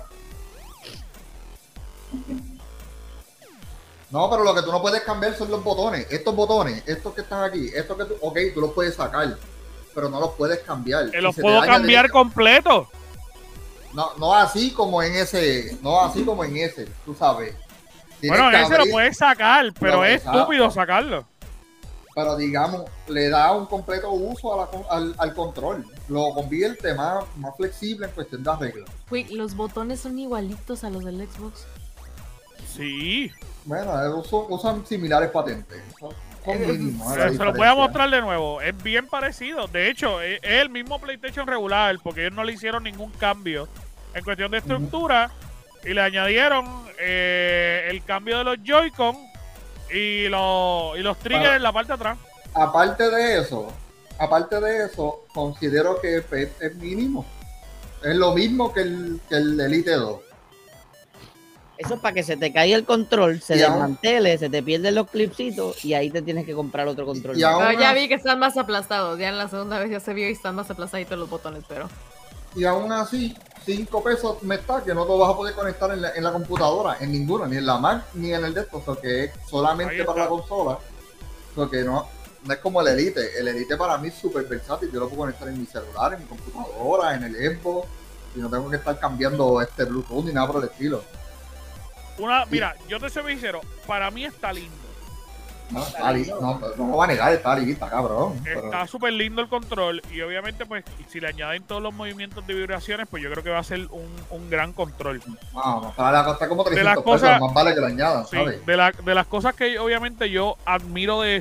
No, pero lo que tú no puedes cambiar son los botones. Estos botones, estos que están aquí, estos que tú los puedes sacar, pero no los puedes cambiar. ¿Los puedo cambiar completo? No así como en ese, tú sabes. Bueno, ese lo puedes sacar, pero es estúpido sacarlo. Pero digamos, le da un completo uso al control. Lo convierte más flexible en cuestión de arreglo. Uy, los botones son igualitos a los del Xbox. Sí. Bueno, usan similares patentes. Son mínimos. Se lo voy a mostrar de nuevo. Es bien parecido. De hecho, es el mismo PlayStation regular, porque ellos no le hicieron ningún cambio en cuestión de estructura. Y le añadieron el cambio de los Joy-Con y los triggers en la parte de atrás. Aparte de eso, considero que es mínimo. Es lo mismo que el Elite 2. Eso es para que se te caiga el control, se desmantele, se te pierden los clipsitos y ahí te tienes que comprar otro control. Pero ya vi que están más aplastados. Ya en la segunda vez ya se vio y están más aplastaditos los botones, pero... Y aún así, 5 pesos me está que no te vas a poder conectar en la computadora, en ninguna, ni en la Mac, ni en el desktop, porque es solamente para la consola. Porque no es como el Elite. El Elite para mí es súper versátil. Yo lo puedo conectar en mi celular, en mi computadora, en el Xbox, y no tengo que estar cambiando Bluetooth ni nada por el estilo. Mira, yo te soy sincero, para mí está lindo. No me va a negar, está cabrón. Está súper lindo el control y obviamente pues si le añaden todos los movimientos de vibraciones, pues yo creo que va a ser un gran control. Está como 300 pesos, más vale que lo añadan, sí, ¿sabes? De las cosas que obviamente yo admiro de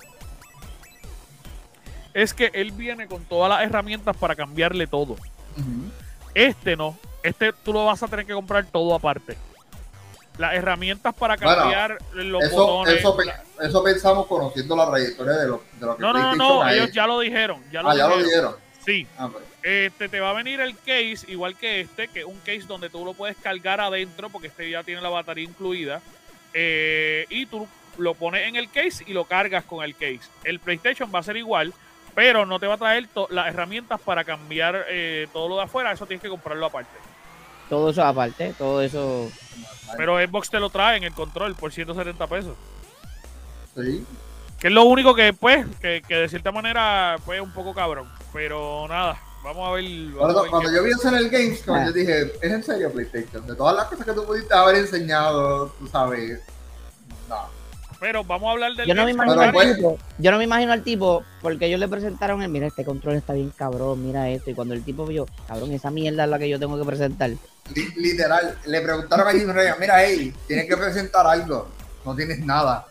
es que él viene con todas las herramientas para cambiarle todo. No, tú lo vas a tener que comprar todo aparte. Las herramientas para cambiar los botones. Eso pensamos conociendo la trayectoria de lo que No, ellos ya lo dijeron. Ya lo dijeron. Sí. Te va a venir el case, igual que que es un case donde tú lo puedes cargar adentro, porque ya tiene la batería incluida. Y tú lo pones en el case y lo cargas con el case. El PlayStation va a ser igual, pero no te va a traer las herramientas para cambiar todo lo de afuera. Eso tienes que comprarlo aparte. Todo eso aparte, todo eso... Pero Xbox te lo trae en el control por 170 pesos. Sí. Que es lo único que, pues, que de cierta manera, pues, es un poco cabrón. Pero nada, vamos a ver. Cuando yo vi eso en el Gamescom, yo dije, ¿es en serio PlayStation? De todas las cosas que tú pudiste haber enseñado, tú sabes, no. Pero vamos a hablar del... Yo no me imagino al tipo, porque ellos le presentaron mira, este control está bien cabrón, mira esto. Y cuando el tipo vio, cabrón, esa mierda es la que yo tengo que presentar. Literal, le preguntaron a Jim Ryan, mira, hey, tienes que presentar algo, no tienes nada.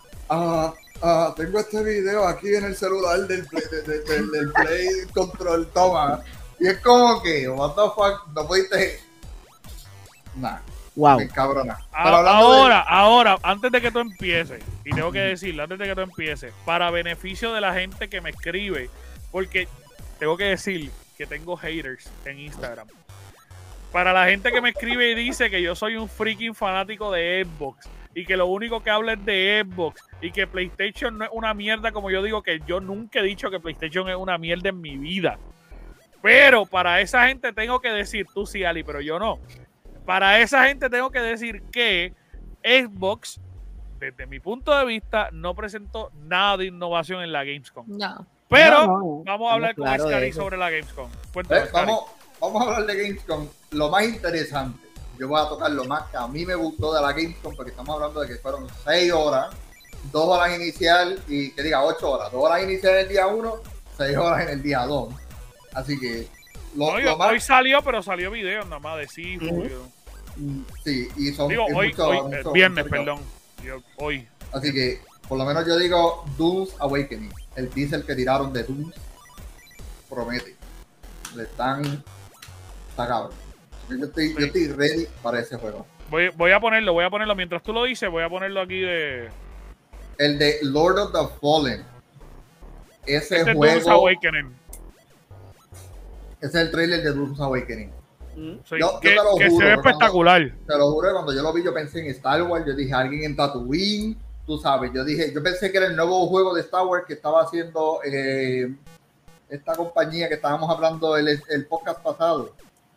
Tengo este video aquí en el celular del Play Control, toma. Y es como que, what the fuck, no pudiste. Nah. Wow. Cabrona. Ahora, antes de que tú empieces, y tengo que decirlo, antes de que tú empieces, para beneficio de la gente que me escribe, porque tengo que decir que tengo haters en Instagram. Para la gente que me escribe y dice que yo soy un freaking fanático de Xbox y que lo único que habla es de Xbox y que PlayStation no es una mierda, como yo digo, que yo nunca he dicho que PlayStation es una mierda en mi vida. Pero para esa gente tengo que decir, tú sí, Ali, pero yo no. Para esa gente tengo que decir que Xbox, desde mi punto de vista, no presentó nada de innovación en la Gamescom. No. Pero vamos a hablar con claro Scary sobre la Gamescom. Cuéntame, vamos a hablar de Gamescom. Lo más interesante, yo voy a tocar lo más que a mí me gustó de la Gamescom, porque estamos hablando de que fueron 6 horas, 2 horas inicial y que diga 8 horas. 2 horas inicial en el día 1, 6 horas en el día 2. Así que hoy salió, pero salió video nada más de Sifu. Sí, y son hoy, viernes, perdón. Hoy. Así que, por lo menos yo digo Doom's Awakening. El teaser que tiraron de Doom promete. Está cabrón. Yo estoy ready para ese juego. Voy a ponerlo mientras tú lo dices, voy a ponerlo aquí de... El de Lord of the Fallen. Ese juego... Doom's Awakening. Ese es el trailer de Doom's Awakening. Sí, que se ve espectacular. Te lo juro, cuando yo lo vi, yo pensé en Star Wars. Yo dije, alguien en Tatooine, tú sabes. Yo pensé que era el nuevo juego de Star Wars que estaba haciendo esta compañía que estábamos hablando el podcast pasado.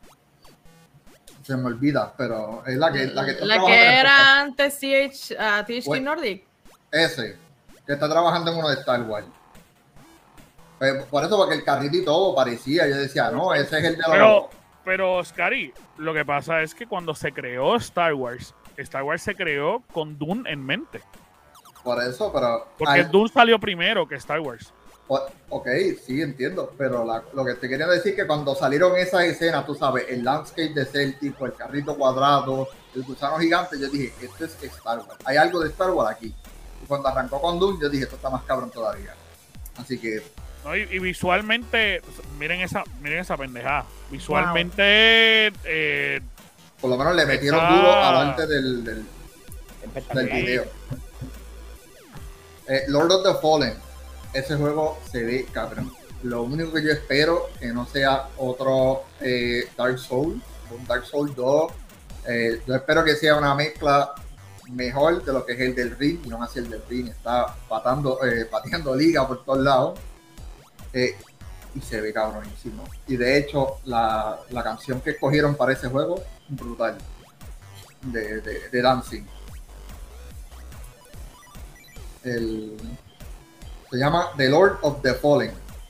Se me olvida, pero es la que era antes THQ Nordic. Ese, que está trabajando en uno de Star Wars. Por eso, porque el carrito y todo parecía. Yo decía, no, ese es el de los... Pero, Scary, lo que pasa es que cuando se creó Star Wars se creó con Dune en mente. Por eso, pero... Porque Dune salió primero que Star Wars. Ok, sí, entiendo. Pero lo que te quería decir es que cuando salieron esas escenas, tú sabes, el landscape desértico, el carrito cuadrado, el gusano gigante, yo dije, esto es Star Wars. Hay algo de Star Wars aquí. Y cuando arrancó con Dune, yo dije, esto está más cabrón todavía. Así que... No, y visualmente, miren esa pendejada. Visualmente, por lo menos le metieron duro adelante del video. Lord of the Fallen, ese juego se ve cabrón. Lo único que yo espero que no sea otro Dark Souls, un Dark Souls 2. Yo espero que sea una mezcla mejor de lo que es el del Ring, y no así el del Ring está pateando liga por todos lados. Y se ve cabronísimo. Y de hecho, la canción que escogieron para ese juego, brutal. De Dancing. Se llama The Lord of the Fallen.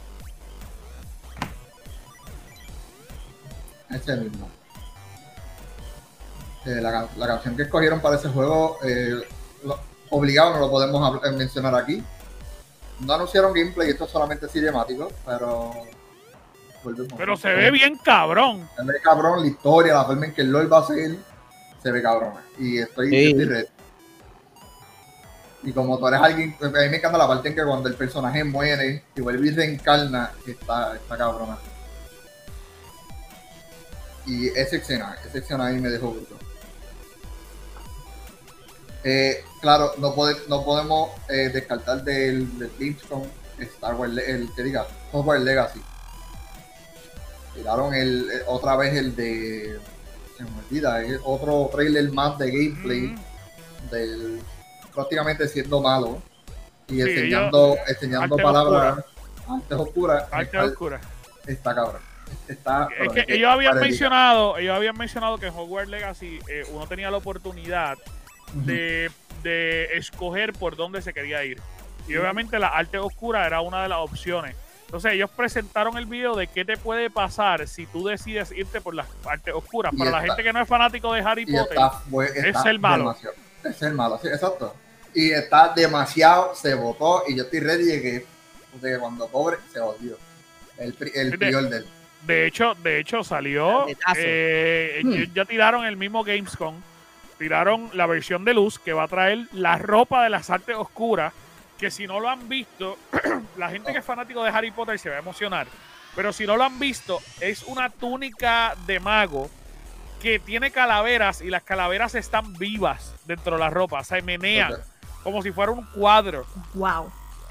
Ese mismo. La canción que escogieron para ese juego, obligado no lo podemos mencionar aquí. No anunciaron gameplay, esto es solamente cinemático, pero... Pero se ve bien cabrón. Se ve cabrón la historia, la forma en que el LoL va a seguir, se ve cabrón. Y estoy ready. Y como tú eres alguien, a mí me encanta la parte en que cuando el personaje muere y vuelve y reencarna, está cabrona. Y esa escena a mí me dejó bruto. Claro, no podemos descartar del Gamescom Star Wars, Hogwarts Legacy. Tiraron otra vez el de... Se me olvida, otro trailer más de gameplay del prácticamente siendo malo y enseñando palabras artes oscuras. Está cabrón. Es que ellos habían mencionado que en Hogwarts Legacy uno tenía la oportunidad de escoger por dónde se quería ir. Y obviamente la arte oscura era una de las opciones. Entonces ellos presentaron el video de qué te puede pasar si tú decides irte por las artes oscuras. Para la gente que no es fanático de Harry Potter, es el malo. Es el malo, sí, exacto. Y está demasiado, se votó y yo estoy ready de que cuando cobre se odió. El prior del... De hecho salió, ya tiraron el mismo Gamescom, tiraron la versión de luz que va a traer la ropa de las artes oscuras, que si no lo han visto, la gente que es fanático de Harry Potter se va a emocionar, pero si no lo han visto, es una túnica de mago que tiene calaveras y las calaveras están vivas dentro de la ropa, se menean como si fuera un cuadro. Wow.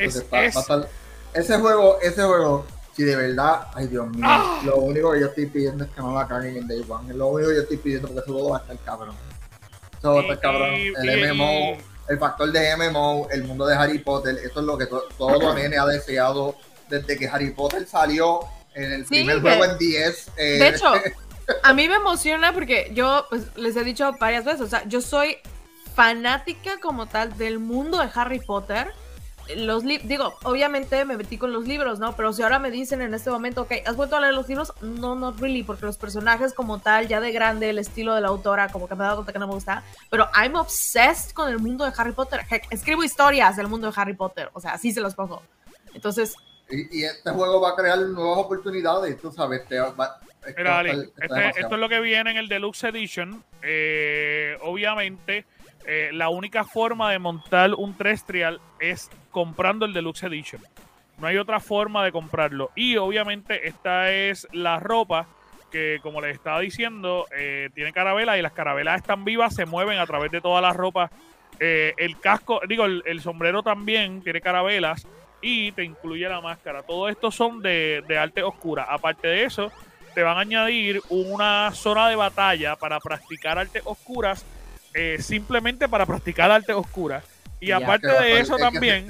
Ese juego, si de verdad, ay Dios mío, lo único que yo estoy pidiendo es que no la caguen en Day One. Es lo único que yo estoy pidiendo porque ese juego va a estar cabrón. Eso va a estar cabrón. El MMO, el factor de MMO, el mundo de Harry Potter, eso es lo que todo nene ha deseado desde que Harry Potter salió en el primer juego en 10. De hecho, a mí me emociona porque yo pues, les he dicho varias veces, o sea, yo soy fanática como tal del mundo de Harry Potter. Digo, obviamente me metí con los libros, ¿no? Pero si ahora me dicen en este momento, ok, ¿has vuelto a leer los libros? No, not really, porque los personajes como tal, ya de grande, el estilo de la autora, como que me he dado cuenta que no me gusta, pero I'm obsessed con el mundo de Harry Potter. Heck, escribo historias del mundo de Harry Potter, o sea, así se los pongo. Entonces... Y este juego va a crear nuevas oportunidades, tú sabes, Mira, Ali, esto es lo que viene en el Deluxe Edition. Obviamente, la única forma de montar un Terrestrial es comprando el Deluxe Edition. No hay otra forma de comprarlo. Y obviamente esta es la ropa que, como les estaba diciendo, tiene carabelas y las carabelas están vivas, se mueven a través de toda la ropa. El casco, digo, el sombrero también tiene carabelas y te incluye la máscara. Todo esto son de arte oscura. Aparte de eso, te van a añadir una zona de batalla para practicar artes oscuras, simplemente para practicar artes oscuras. Y aparte de eso también,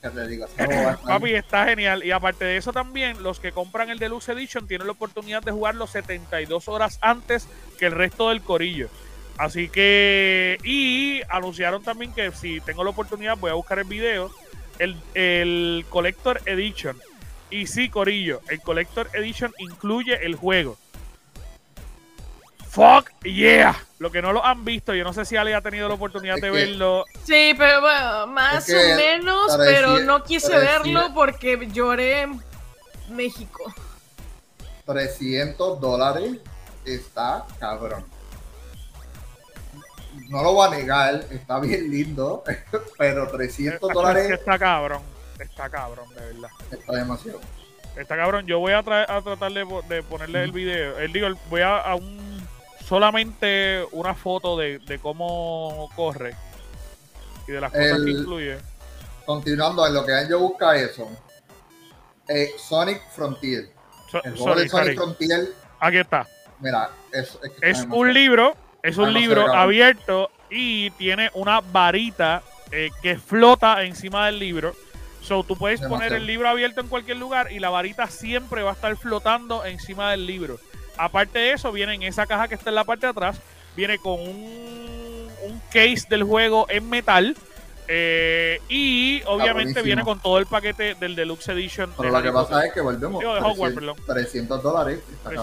papi, está genial. Y aparte de eso también, los que compran el Deluxe Edition tienen la oportunidad de jugarlo 72 horas antes que el resto del corillo. Así que, y anunciaron también que si tengo la oportunidad voy a buscar el video, el Collector Edition. Y sí, corillo, el Collector Edition incluye el juego. Fuck yeah. Lo que no lo han visto, yo no sé si Ale ha tenido la oportunidad de verlo. Sí, pero bueno, más o menos, pero no quise verlo porque lloré en México. $300 está cabrón. No lo voy a negar, está bien lindo, pero $300 está cabrón, de verdad. Está demasiado. Está cabrón, yo voy a tratar de ponerle el video. Voy a solamente una foto de cómo corre y de las cosas que incluye. Continuando en lo que yo busca eso. Sonic Frontier. El juego de Sonic Frontier. Aquí está. Mira, es un libro. Es un libro abierto y tiene una varita que flota encima del libro. So, tú puedes poner el libro abierto en cualquier lugar y la varita siempre va a estar flotando encima del libro. Aparte de eso, viene en esa caja que está en la parte de atrás, viene con un case del juego en metal y obviamente viene con todo el paquete del Deluxe Edition. Pero lo que pasa es que volvemos. De Hogwarts, perdón. $300.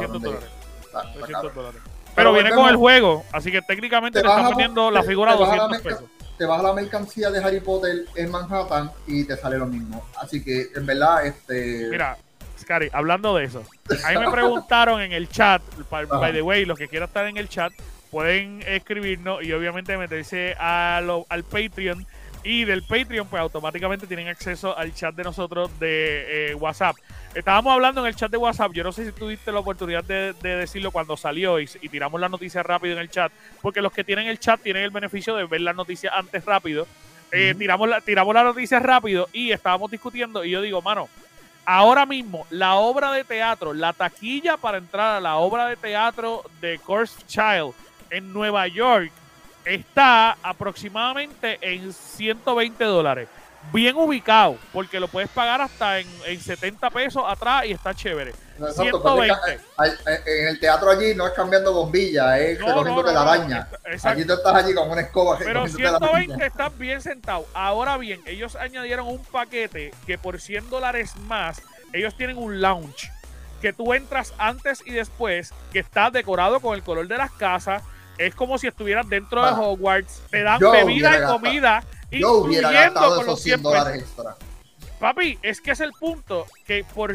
$300. Pero viene con el juego, así que técnicamente te están vendiendo la figura a $200. Te baja la mercancía de Harry Potter en Manhattan y te sale lo mismo. Así que, en verdad, Mira, Scary, hablando de eso, a mí me preguntaron en el chat, by the way, los que quieran estar en el chat, pueden escribirnos y obviamente meterse al Patreon. Y del Patreon, pues automáticamente tienen acceso al chat de nosotros de WhatsApp. Estábamos hablando en el chat de WhatsApp. Yo no sé si tuviste la oportunidad de decirlo cuando salió y tiramos la noticia rápido en el chat. Porque los que tienen el chat tienen el beneficio de ver las noticias antes rápido. Tiramos la noticia rápido y estábamos discutiendo. Y yo digo, mano, ahora mismo la obra de teatro, la taquilla para entrar a la obra de teatro de Cursed Child en Nueva York está aproximadamente en $120. Bien ubicado, porque lo puedes pagar hasta en $70 atrás y está chévere. Exacto, 120. En el teatro allí no es cambiando bombillas, es recogiéndote la araña. Aquí tú estás allí con una escoba. Pero 120 estás bien sentado. Ahora bien, ellos añadieron un paquete que por $100 más, ellos tienen un lounge que tú entras antes y después, que está decorado con el color de las casas. Es como si estuvieras dentro de Hogwarts. Te dan bebida y comida. Yo hubiera gastado esos $100 extra. Papi, es que es el punto que por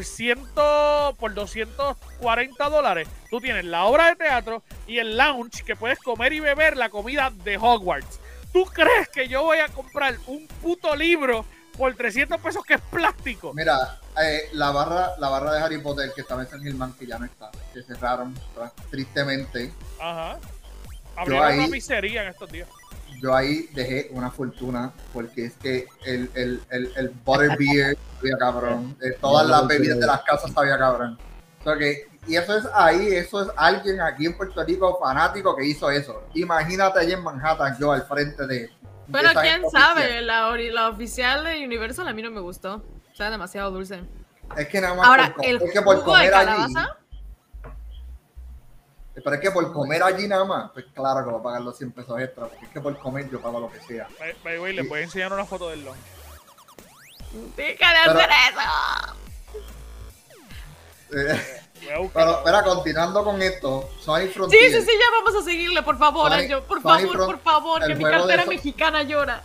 $240 tú tienes la obra de teatro y el lounge que puedes comer y beber la comida de Hogwarts. ¿Tú crees que yo voy a comprar un puto libro por $300 que es plástico? Mira, la barra de Harry Potter que estaba en San Germán, que ya no está, que cerraron tristemente. Ajá. Abrieron una pizzería en estos días. Yo ahí dejé una fortuna porque es que el butterbeer sabía cabrón, todas las bebidas de las casas sabía cabrón. O sea que, y eso es alguien aquí en Puerto Rico fanático que hizo eso. Imagínate allí en Manhattan, yo al frente de. Bueno, quién sabe, la oficial de Universal a mí no me gustó. O sea, demasiado dulce. Es que nada más ahora, es que por comer allí. Pero es que por comer allí nada más, pues claro que voy a pagar los 100 pesos extra, porque es que por comer yo pago lo que sea. Les voy a enseñar una foto del lunch. ¡Deja de hacer eso! Pero espera, continuando con esto, Sonic Frontier. Sí, ya vamos a seguirle, por favor, Anjo. Por favor, que mi cartera mexicana llora.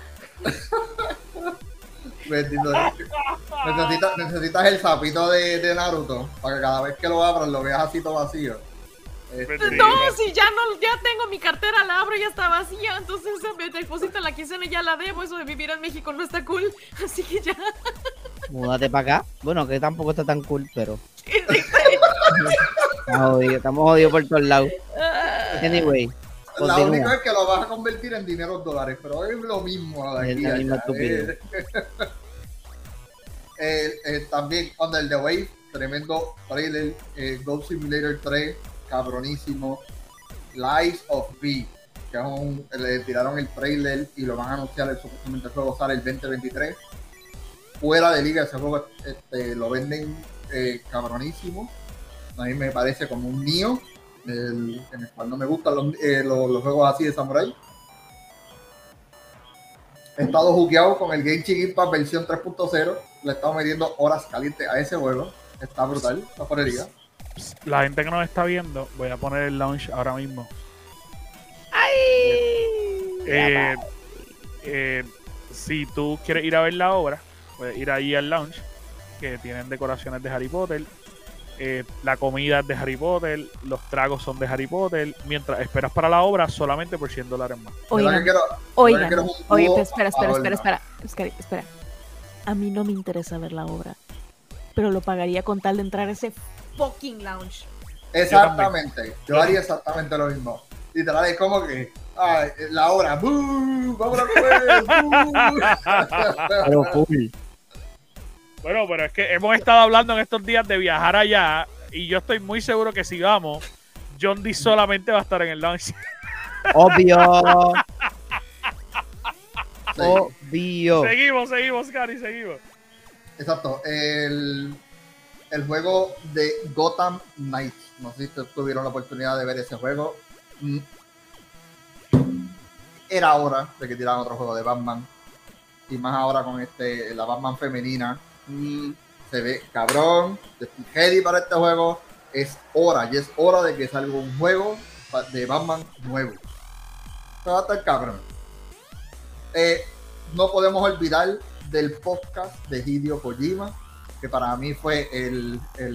Necesitas el sapito de Naruto para que cada vez que lo abras lo veas así todo vacío. No, si ya tengo mi cartera, la abro y ya está vacía, entonces me deposito en la quincena y ya la debo. Eso de vivir en México no está cool, así que ya. Múdate para acá. Bueno, que tampoco está tan cool, pero estamos jodidos por todos lados. Anyway, la única es que lo vas a convertir en dinero $, pero es lo mismo de aquí allá. También Under the Wave, tremendo trailer. Goat Simulator 3, cabronísimo. Lies of P, que le tiraron el trailer y lo van a anunciar. Supuestamente el juego sale el 2023. Fuera de liga, ese juego lo venden cabronísimo. A mí me parece como un Nioh, en el cual no me gustan los juegos así de samurai. He estado jugueado con el Genshin Impact versión 3.0. Le he estado metiendo horas calientes a ese juego. Está brutal, está porquería. La gente que nos está viendo, voy a poner el launch ahora mismo. Si tú quieres ir a ver la obra, puedes ir ahí al launch, que tienen decoraciones de Harry Potter. La comida es de Harry Potter, los tragos son de Harry Potter, mientras esperas para la obra solamente por $100 más. Oigan, espera. A mí no me interesa ver la obra, pero lo pagaría con tal de entrar a ese fucking lounge. Exactamente, yo haría exactamente lo mismo. Literal, es como que la obra, ¡vamos a comer! Bueno, pero es que hemos estado hablando en estos días de viajar allá y yo estoy muy seguro que si vamos, John D solamente va a estar en el launch. Obvio. Sí. Obvio. Seguimos, Cari, seguimos. Exacto. El juego de Gotham Knights. No sé si tuvieron la oportunidad de ver ese juego. Era hora de que tiraran otro juego de Batman. Y más ahora con la Batman femenina. Se ve cabrón. Estoy ready para este juego. Es hora de que salga un juego de Batman nuevo. Va a estar cabrón. No podemos olvidar del podcast de Hideo Kojima, que para mí fue el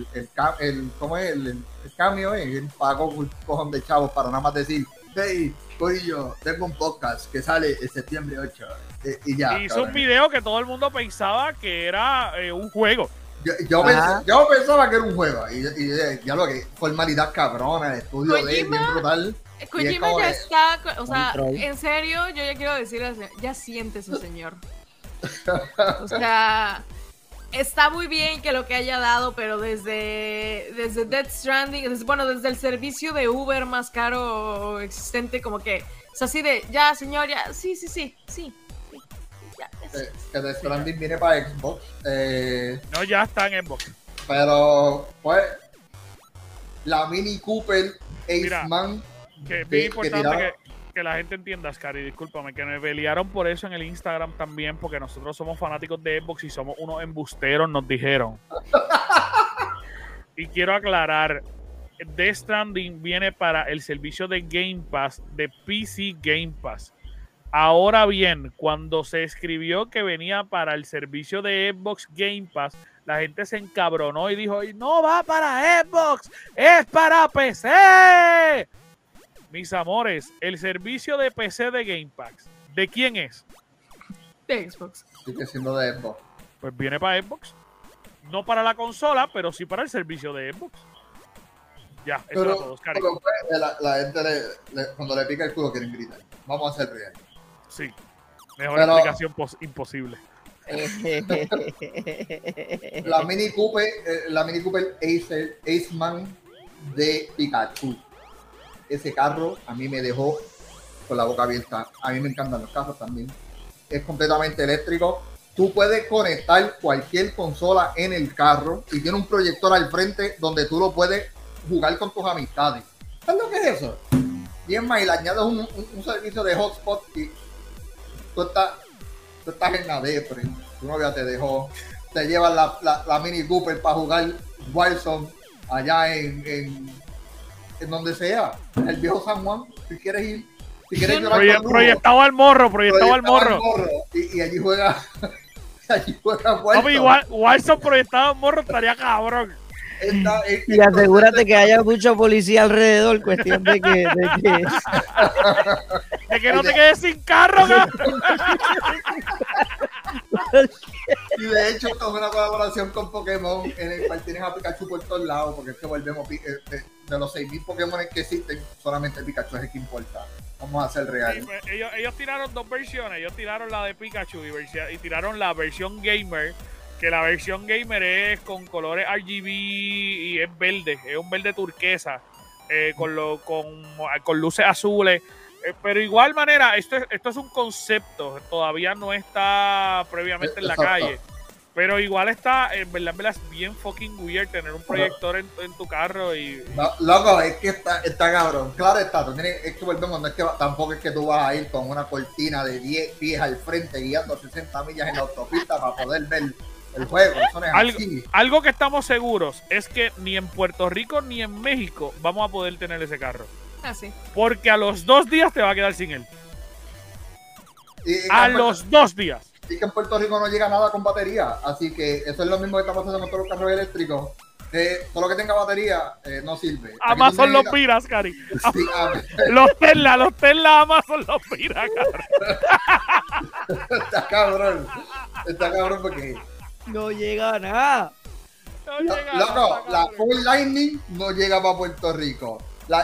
cambio, él pagó un cojón de chavos para nada más decir, hey, Corillo, tengo un podcast que sale en septiembre 8. Y ya. Hizo un video que todo el mundo pensaba que era un juego. Yo pensaba que era un juego. Y ya lo que formalidad cabrona, el estudio de bien brutal. Kojima ya está, o sea, en serio, yo ya quiero decirle, ya siéntese, señor. O sea, está muy bien que lo que haya dado, pero desde Death Stranding, desde el servicio de Uber más caro existente, como que es así de, ya, señor, ya, sí. Ya, que Death Stranding viene para Xbox. No, ya está en Xbox. Pero, pues, la Mini Cooper Aceman. Que es bien importante que la gente entienda, Scary, discúlpame, que me pelearon por eso en el Instagram también, porque nosotros somos fanáticos de Xbox y somos unos embusteros, nos dijeron. Y quiero aclarar, Death Stranding viene para el servicio de Game Pass, de PC Game Pass. Ahora bien, cuando se escribió que venía para el servicio de Xbox Game Pass, la gente se encabronó y dijo, no va para Xbox, es para PC. Mis amores, el servicio de PC de Game Pass, ¿de quién es? De Xbox. Sigue siendo de Xbox. Pues viene para Xbox. no para la consola, pero sí para el servicio de Xbox. Ya, eso era todo, Oscar. Pero la gente cuando le pica el culo quieren gritar. Vamos a hacer real. Sí, mejor explicación imposible. La Mini Cooper Aceman de Pikachu. Ese carro a mí me dejó con la boca abierta. A mí me encantan los carros también. Es completamente eléctrico. Tú puedes conectar cualquier consola en el carro y tiene un proyector al frente donde tú lo puedes jugar con tus amistades. ¿Sabes lo que es eso? Y es más, y le añades un servicio de hotspot y tú estás en la depre. Tu novia te dejó. Te llevas la Mini Cooper para jugar Wilson allá en donde sea. En el viejo San Juan. Si quieres ir. Si quieres proyectado al morro. Y allí juega. Allí juega Wilson. Wilson proyectado al morro estaría cabrón. Y asegúrate que haya mucho policía alrededor, cuestión de que de que no te quedes sin carro, cabrón. Y de hecho esto es una colaboración con Pokémon en el cual tienes a Pikachu por todos lados, porque es que volvemos de los 6.000 Pokémon que existen, solamente Pikachu es el que importa. Vamos a hacer real. Sí, pues, ellos tiraron dos versiones. Ellos tiraron la de Pikachu y tiraron la versión gamer. Que la versión gamer es con colores RGB y es verde, es un verde turquesa, con luces azules. Pero igual manera, esto es un concepto, todavía no está previamente en la calle. Pero igual está, en verdad es bien fucking weird tener un proyector en tu carro y... No, loco, es que está cabrón. Claro está, es que volvemos, no es que tampoco es que tú vas a ir con una cortina de 10 pies al frente guiando 60 millas en la autopista para poder ver el juego. Eso no es algo que estamos seguros es que ni en Puerto Rico ni en México vamos a poder tener ese carro. Así. Porque a los 2 días te va a quedar sin él. A los 2 días. Y que en Puerto Rico no llega nada con batería. Así que eso es lo mismo que está pasando con todos los carros eléctricos. Todo lo que tenga batería no sirve. Amazon los piras, Cari. Sí, los Tesla Amazon los piras, cabrón. Está cabrón porque... no llega nada. La Full Lightning no llega para Puerto Rico.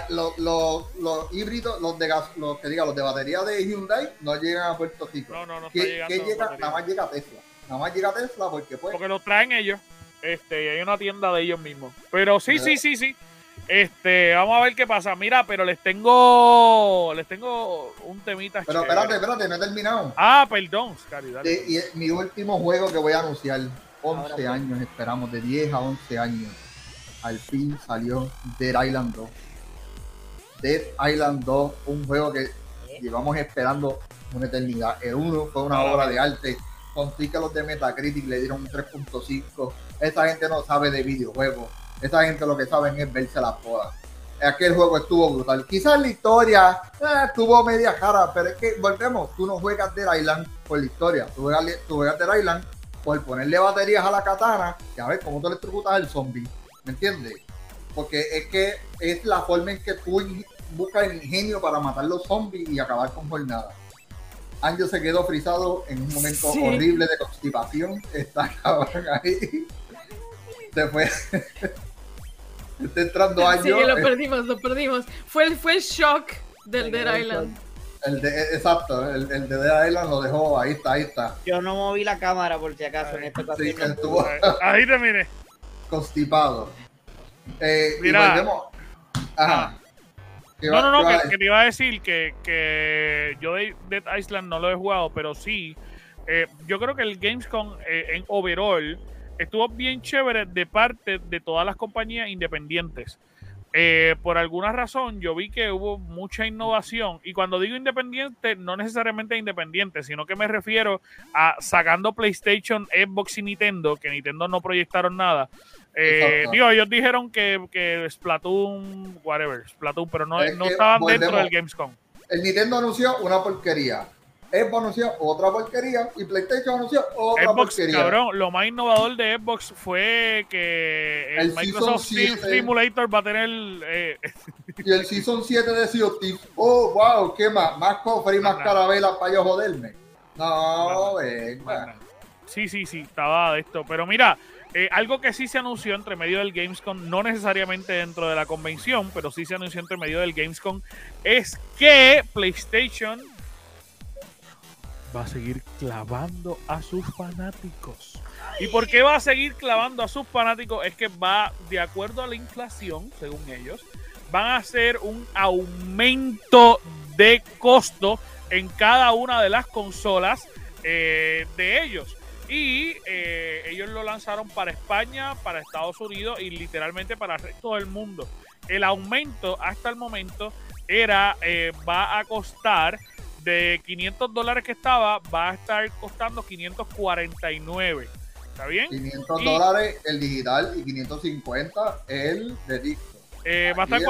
Los híbridos, los de batería de Hyundai no llegan a Puerto Rico. No ¿Qué llega? Nada más llega Tesla. Nada más llega Tesla porque lo traen ellos. Hay una tienda de ellos mismos. Pero sí. Vamos a ver qué pasa. Mira, pero les tengo un temita. Pero espérate, no he terminado. Perdón, Cari, dale. Y mi último juego que voy a anunciar, 11 años esperamos, de 10 a 11 años. Al fin salió Dead Island 2. Dead Island 2, un juego que llevamos esperando una eternidad. El 1 fue una obra de arte. Conté que los de Metacritic le dieron un 3.5. Esa gente no sabe de videojuegos. Esa gente lo que saben es verse las bodas. Aquel juego estuvo brutal. Quizás la historia estuvo media cara, pero es que volvemos. Tú no juegas Dead Island por la historia. Tú juegas Dead Island por ponerle baterías a la katana y a ver cómo tú electrocutas al zombie. ¿Me entiendes? Porque es que es la forma en que tú buscas el ingenio para matar los zombies y acabar con jornada. Anjo se quedó frisado en un momento horrible de constipación. Está cabrón ahí. Después está entrando Anjo. Sí, lo perdimos. Fue el shock del Dead Island. Exacto, el de Dead Island lo dejó, ahí está. Yo no moví la cámara por si acaso en esta ocasión. Sí, estuvo ahí te mire. Constipado. Mira. Y volvemos. Ajá. No, que te iba a decir que yo de Dead Island no lo he jugado, pero sí, yo creo que el Gamescom en overall estuvo bien chévere de parte de todas las compañías independientes. Por alguna razón yo vi que hubo mucha innovación, y cuando digo independiente no necesariamente independiente, sino que me refiero a sacando PlayStation, Xbox y Nintendo, que Nintendo no proyectaron nada. Ellos dijeron que Splatoon, pero no estaban dentro del Gamescom. El Nintendo anunció una porquería, Xbox anunció otra porquería y PlayStation anunció otra porquería. Cabrón, lo más innovador de Xbox fue que el Microsoft Simulator va a tener y el Season 7 de Sea of Thieves. Oh, wow, ¿qué más? Más cofre y más carabelas para yo joderme. No, venga. Sí, estaba de esto. Pero mira, Algo que sí se anunció entre medio del Gamescom, no necesariamente dentro de la convención, pero sí se anunció entre medio del Gamescom, es que PlayStation va a seguir clavando a sus fanáticos. ¿Y por qué va a seguir clavando a sus fanáticos? Es que va, de acuerdo a la inflación, según ellos, van a hacer un aumento de costo en cada una de las consolas de ellos. Y ellos lo lanzaron para España, para Estados Unidos y literalmente para el resto del mundo. El aumento hasta el momento va a costar de $500 que estaba, va a estar costando 549. ¿Está bien? $500 el digital y 550 el de disco. Va a estar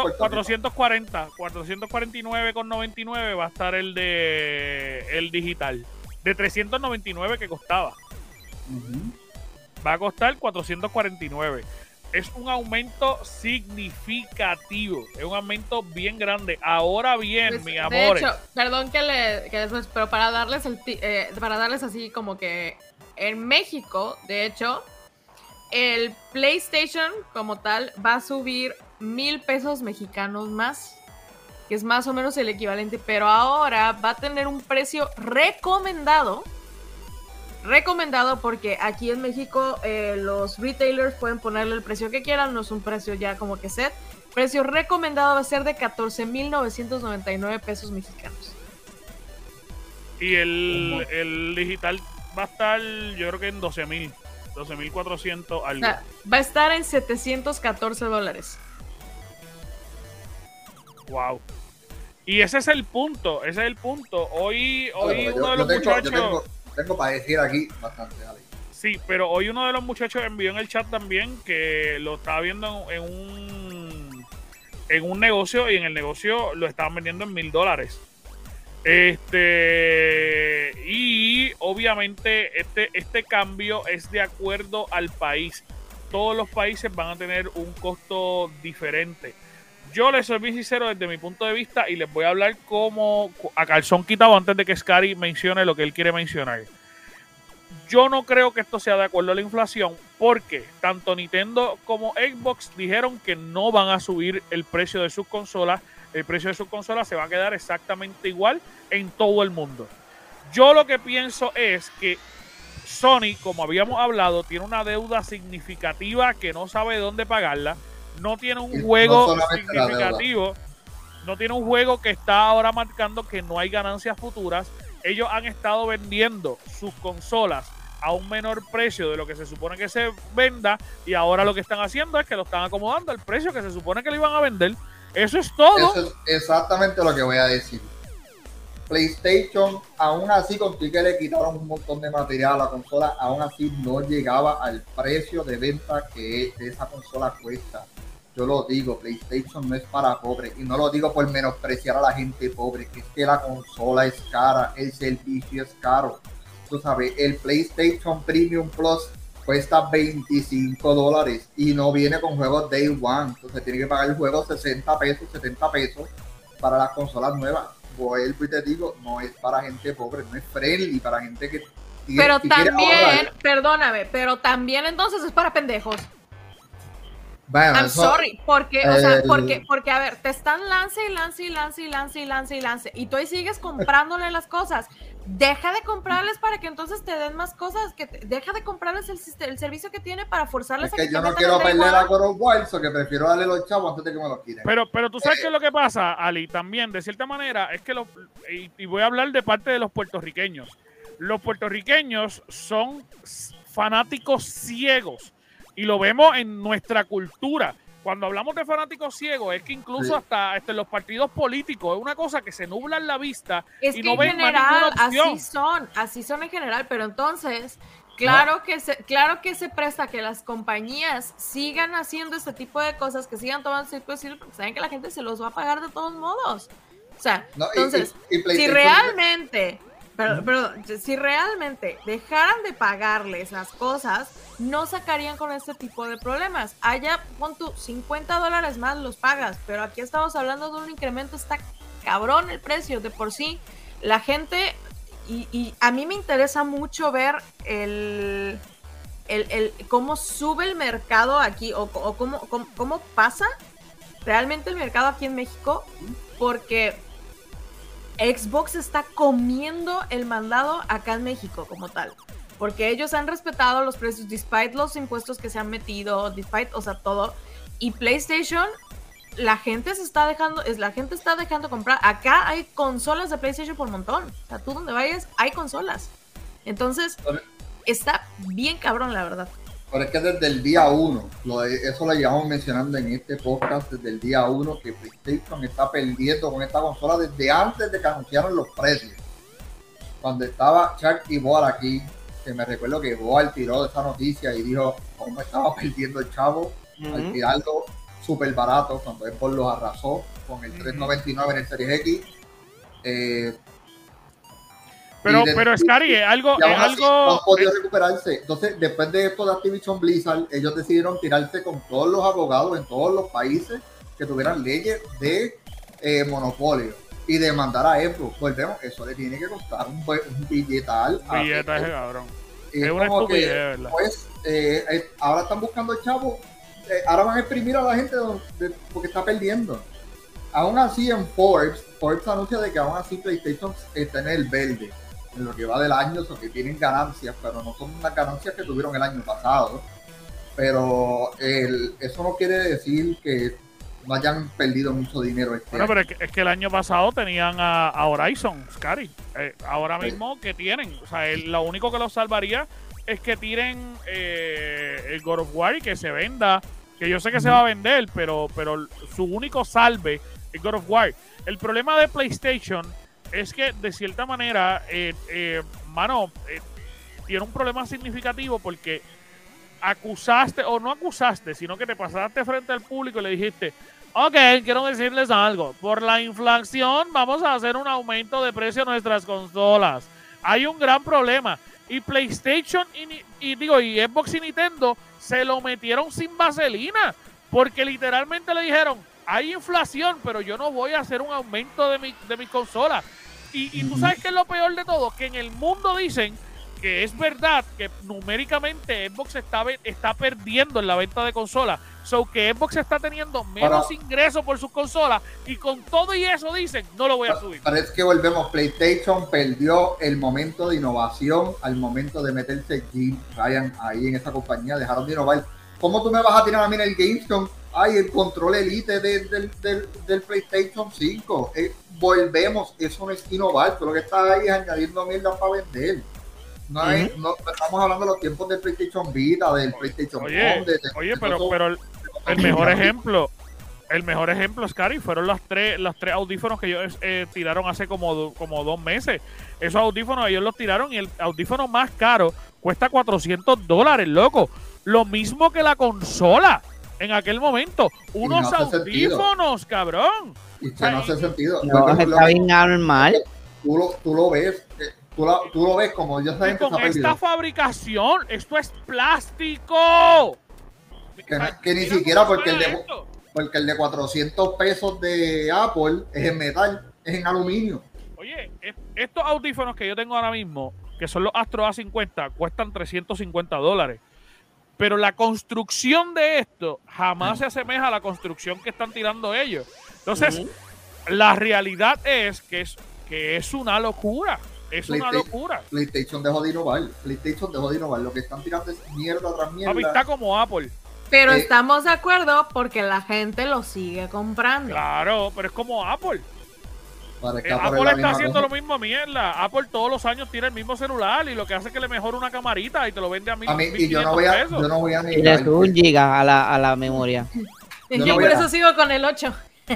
449,99 va a estar el digital. De 399 que costaba. Va a costar 449. Es un aumento significativo. Es un aumento bien grande. Ahora bien, pues, mi amores. De hecho, perdón pero para darles así como que en México, de hecho, el PlayStation como tal va a subir 1,000 pesos mexicanos más, que es más o menos el equivalente, pero ahora va a tener un precio recomendado porque aquí en México los retailers pueden ponerle el precio que quieran, no es un precio ya como que set. Precio recomendado va a ser de 14,999 pesos mexicanos. Y el digital va a estar, yo creo que en 12,400 algo. O sea, va a estar en $714. Wow. Y ese es el punto, Hoy uno de los muchachos... Yo tengo para decir aquí bastante, Ale. Sí, pero hoy uno de los muchachos envió en el chat también que lo estaba viendo en un negocio y en el negocio lo estaban vendiendo en $1,000. Y obviamente este cambio es de acuerdo al país. Todos los países van a tener un costo diferente. Yo les soy bien sincero desde mi punto de vista y les voy a hablar como a calzón quitado antes de que Scary mencione lo que él quiere mencionar. Yo no creo que esto sea de acuerdo a la inflación porque tanto Nintendo como Xbox dijeron que no van a subir el precio de sus consolas. El precio de sus consolas se va a quedar exactamente igual en todo el mundo. Yo lo que pienso es que Sony, como habíamos hablado, tiene una deuda significativa que no sabe dónde pagarla. No tiene un juego significativo. No tiene un juego que está ahora marcando que no hay ganancias futuras. Ellos han estado vendiendo sus consolas a un menor precio de lo que se supone que se venda y ahora lo que están haciendo es que lo están acomodando al precio que se supone que le iban a vender. Eso es todo. Eso es exactamente lo que voy a decir. PlayStation, aún así, con que le quitaron un montón de material a la consola, aún así no llegaba al precio de venta que esa consola cuesta. Yo lo digo, PlayStation no es para pobres y no lo digo por menospreciar a la gente pobre, que es que la consola es cara, el servicio es caro. Tú sabes, el PlayStation Premium Plus cuesta $25 y no viene con juegos Day One. Entonces tiene que pagar el juego 60 pesos, 70 pesos para las consolas nuevas. Vuelvo y te digo, no es para gente pobre, no es friendly para gente que pero también, perdóname, pero también entonces es para pendejos. Bueno, I'm sorry, porque, o sea, porque, a ver, te están lance y tú ahí sigues comprándole las cosas. Deja de comprarles para que entonces te den más cosas, deja de comprarles el servicio que tiene para forzarles a que yo no quiero perder a God of War, so que prefiero darle los chavos antes de que me los quiten. Pero tú sabes qué es lo que pasa, Ali, también, de cierta manera, es que y voy a hablar de parte de los puertorriqueños. Los puertorriqueños son fanáticos ciegos. Y lo vemos en nuestra cultura. Cuando hablamos de fanáticos ciegos, es que incluso hasta los partidos políticos es una cosa que se nubla en la vista es y que no ven ninguna opción. Así son en general, pero entonces, claro que se presta que las compañías sigan haciendo este tipo de cosas, que sigan tomando porque saben que la gente se los va a pagar de todos modos. O sea, entonces, si realmente... Pero si realmente dejaran de pagarles las cosas, no sacarían con este tipo de problemas. Allá, pon tú, $50 más los pagas, pero aquí estamos hablando de un incremento, está cabrón el precio de por sí. La gente, y a mí me interesa mucho ver el cómo sube el mercado aquí o cómo pasa realmente el mercado aquí en México, porque Xbox está comiendo el mandado acá en México como tal, porque ellos han respetado los precios despite los impuestos que se han metido, despite, o sea, todo, y PlayStation, la gente está dejando comprar. Acá hay consolas de PlayStation por montón, o sea, tú donde vayas hay consolas, entonces está bien cabrón, la verdad. Pero es que desde el día 1, eso lo llevamos mencionando en este podcast, desde el día 1, que PlayStation está perdiendo con esta consola desde antes de que anunciaron los precios. Cuando estaba Chuck y Boal aquí, que me recuerdo que Boal tiró esa noticia y dijo cómo estaba perdiendo el chavo al tirarlo súper barato, cuando Xbox los arrasó con el $3.99 en el Series X. Pero Scary, es algo... No han podido recuperarse. Entonces, después de esto de Activision Blizzard, ellos decidieron tirarse con todos los abogados en todos los países que tuvieran leyes de monopolio y demandar a Xbox. Volvemos, eso le tiene que costar un billetal. Billetaje, cabrón. Es una estupidez, ¿verdad? Pues, ahora están buscando el chavo, ahora van a exprimir a la gente porque está perdiendo. Aún así, en Forbes anuncia de que aún así PlayStation está en el verde en lo que va del año, o que tienen ganancias, pero no son las ganancias que tuvieron el año pasado. Pero eso no quiere decir que no hayan perdido mucho dinero este año. Pero es que el año pasado tenían a Horizon, Scary. Ahora mismo que tienen, o sea, lo único que los salvaría es que tiren el God of War y que se venda, que yo sé que se va a vender, pero su único salve es God of War. El problema de PlayStation es que de cierta manera, tiene un problema significativo porque acusaste, o no acusaste, sino que te pasaste frente al público y le dijiste, ok, quiero decirles algo, por la inflación vamos a hacer un aumento de precio de nuestras consolas. Hay un gran problema. Y PlayStation y Xbox y Nintendo se lo metieron sin vaselina, porque literalmente le dijeron, hay inflación, pero yo no voy a hacer un aumento de mi consola. Y tú sabes qué es lo peor de todo, que en el mundo dicen que es verdad que numéricamente Xbox está perdiendo en la venta de consolas. So que Xbox está teniendo menos ingresos por sus consolas, y con todo y eso dicen, no lo voy a subir. Parece que volvemos, PlayStation perdió el momento de innovación al momento de meterse Jim Ryan ahí en esa compañía, dejaron de innovar. ¿Cómo tú me vas a tirar a mí en el Gamescom? Ay, el control elite del PlayStation 5. Volvemos, eso no es innovar, pero lo que está ahí es añadiendo mierda para vender. No estamos hablando de los tiempos del PlayStation Vita, del PlayStation Home. Pero el mejor ejemplo, Scary, fueron los tres audífonos que ellos tiraron hace como 2 meses. Esos audífonos ellos los tiraron y el audífono más caro cuesta $400, loco. Lo mismo que la consola en aquel momento. Unos audífonos, cabrón. Y que no hace sentido. No, está bien normal. Tú lo ves. Tú lo ves como ya saben que con esta fabricación, esto es plástico. Que ni siquiera porque el de 400 pesos de Apple es en metal, es en aluminio. Oye, estos audífonos que yo tengo ahora mismo, que son los Astro A50, cuestan $350. Pero la construcción de esto jamás se asemeja a la construcción que están tirando ellos. Entonces, la realidad es que es una locura. Es una locura. PlayStation dejó de innovar. Lo que están tirando es mierda tras mierda. Está como Apple. Pero estamos de acuerdo porque la gente lo sigue comprando. Claro, pero es como Apple. Apple está haciendo lo mismo mierda. Apple todos los años tira el mismo celular y lo que hace es que le mejora una camarita y te lo vende a $1,500. Y yo no voy a negar. Y le sube 1 giga a la memoria. Yo por eso sigo con el 8.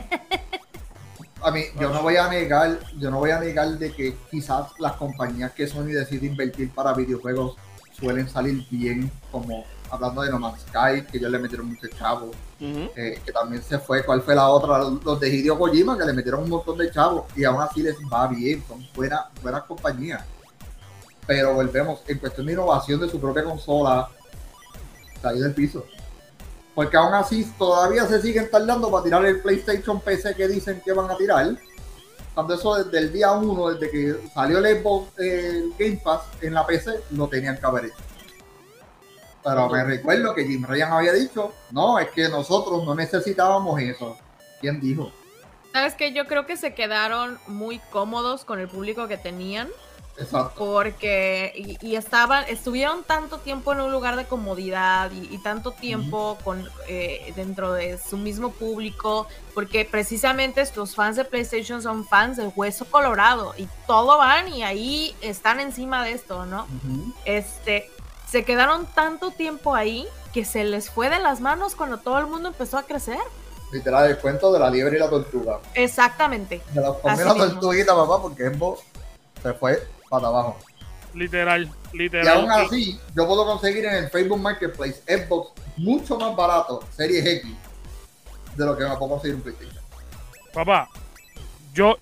Yo no voy a negar de que quizás las compañías que Sony decide invertir para videojuegos suelen salir bien, como hablando de No Man's Sky, que ellos le metieron muchos chavos, que también se fue. ¿Cuál fue la otra? Los de Hideo Kojima, que le metieron un montón de chavos y aún así les va bien, son buenas compañías. Pero volvemos, en cuestión de innovación de su propia consola, está ahí del piso. Porque aún así todavía se siguen tardando para tirar el PlayStation PC que dicen que van a tirar. Cuando eso desde el día 1, desde que salió el Xbox Game Pass en la PC, lo tenían que haber hecho. Pero me recuerdo que Jim Ryan había dicho, no, es que nosotros no necesitábamos eso. ¿Quién dijo? ¿Sabes qué? Yo creo que se quedaron muy cómodos con el público que tenían. Exacto. Porque estuvieron tanto tiempo en un lugar de comodidad y tanto tiempo dentro de su mismo público, porque precisamente los fans de PlayStation son fans de hueso colorado y todo van y ahí están encima de esto, ¿no? Se quedaron tanto tiempo ahí que se les fue de las manos cuando todo el mundo empezó a crecer. Literal, el cuento de la liebre y la tortuga. Exactamente. Me la comí la tortuguita, papá, porque Xbox se fue para abajo. Literal. Y aún así, yo puedo conseguir en el Facebook Marketplace Xbox mucho más barato, Series X, de lo que me puedo conseguir en PlayStation. Papá, yo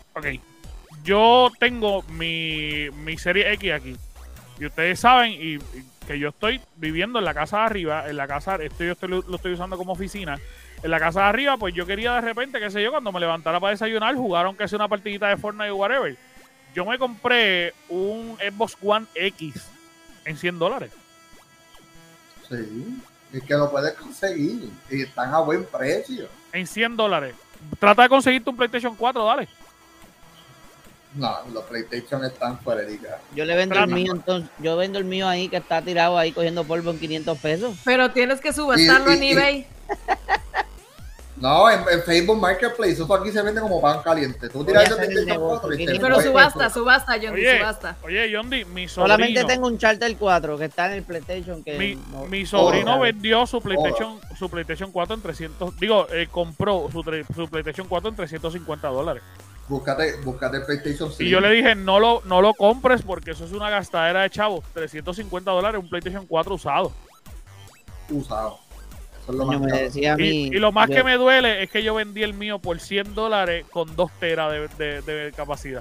tengo mi Serie X aquí. Y ustedes saben y que yo estoy viviendo en la casa de arriba. En la casa, lo estoy usando como oficina. En la casa de arriba, pues yo quería de repente, qué sé yo, cuando me levantara para desayunar, jugar aunque sea una partidita de Fortnite o whatever. Yo me compré un Xbox One X en $100. Sí, es que lo puedes conseguir y están a buen precio. En $100. Trata de conseguirte un PlayStation 4, dale. No, los PlayStation están fuera de liga. Yo le vendo el mío, entonces. Yo vendo el mío ahí que está tirado ahí cogiendo polvo en 500 pesos. Pero tienes que subastarlo en eBay. No, en Facebook Marketplace, eso aquí se vende como pan caliente. Tú tiras el PlayStation 4 y te pero subasta, Yondi, subasta. Oye, Yondi, mi sobrino... Solamente tengo un Charter 4 que está en el PlayStation. Que mi sobrino vendió su PlayStation 4 en 300... Digo, compró su PlayStation 4 en $350. Búscate el PlayStation 5. Y yo le dije, no lo compres porque eso es una gastadera de chavos. $350 un PlayStation 4 usado. Usado. Eso es lo Coño, más me decía a mí, y lo más que me duele es que yo vendí el mío por $100 con 2 teras de capacidad.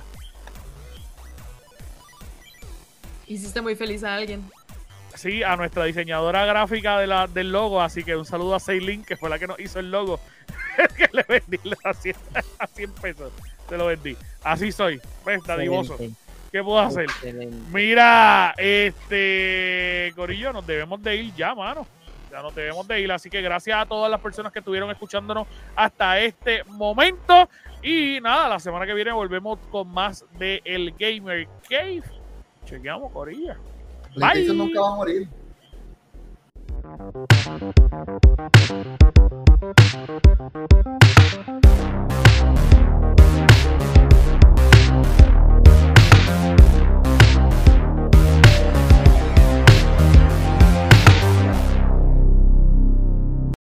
Hiciste muy feliz a alguien. Sí, a nuestra diseñadora gráfica del logo, así que un saludo a Ceylin, que fue la que nos hizo el logo, que le vendí a 100 pesos. Te lo vendí. Así soy. ¿Ves? Dadivoso. ¿Qué puedo hacer? Excelente. Mira, Corillo, nos debemos de ir ya, mano. Ya nos debemos de ir. Así que gracias a todas las personas que estuvieron escuchándonos hasta este momento. Y nada, la semana que viene volvemos con más de El Gamer Cave. Chequeamos, Corillo. PlayStation nunca va a morir.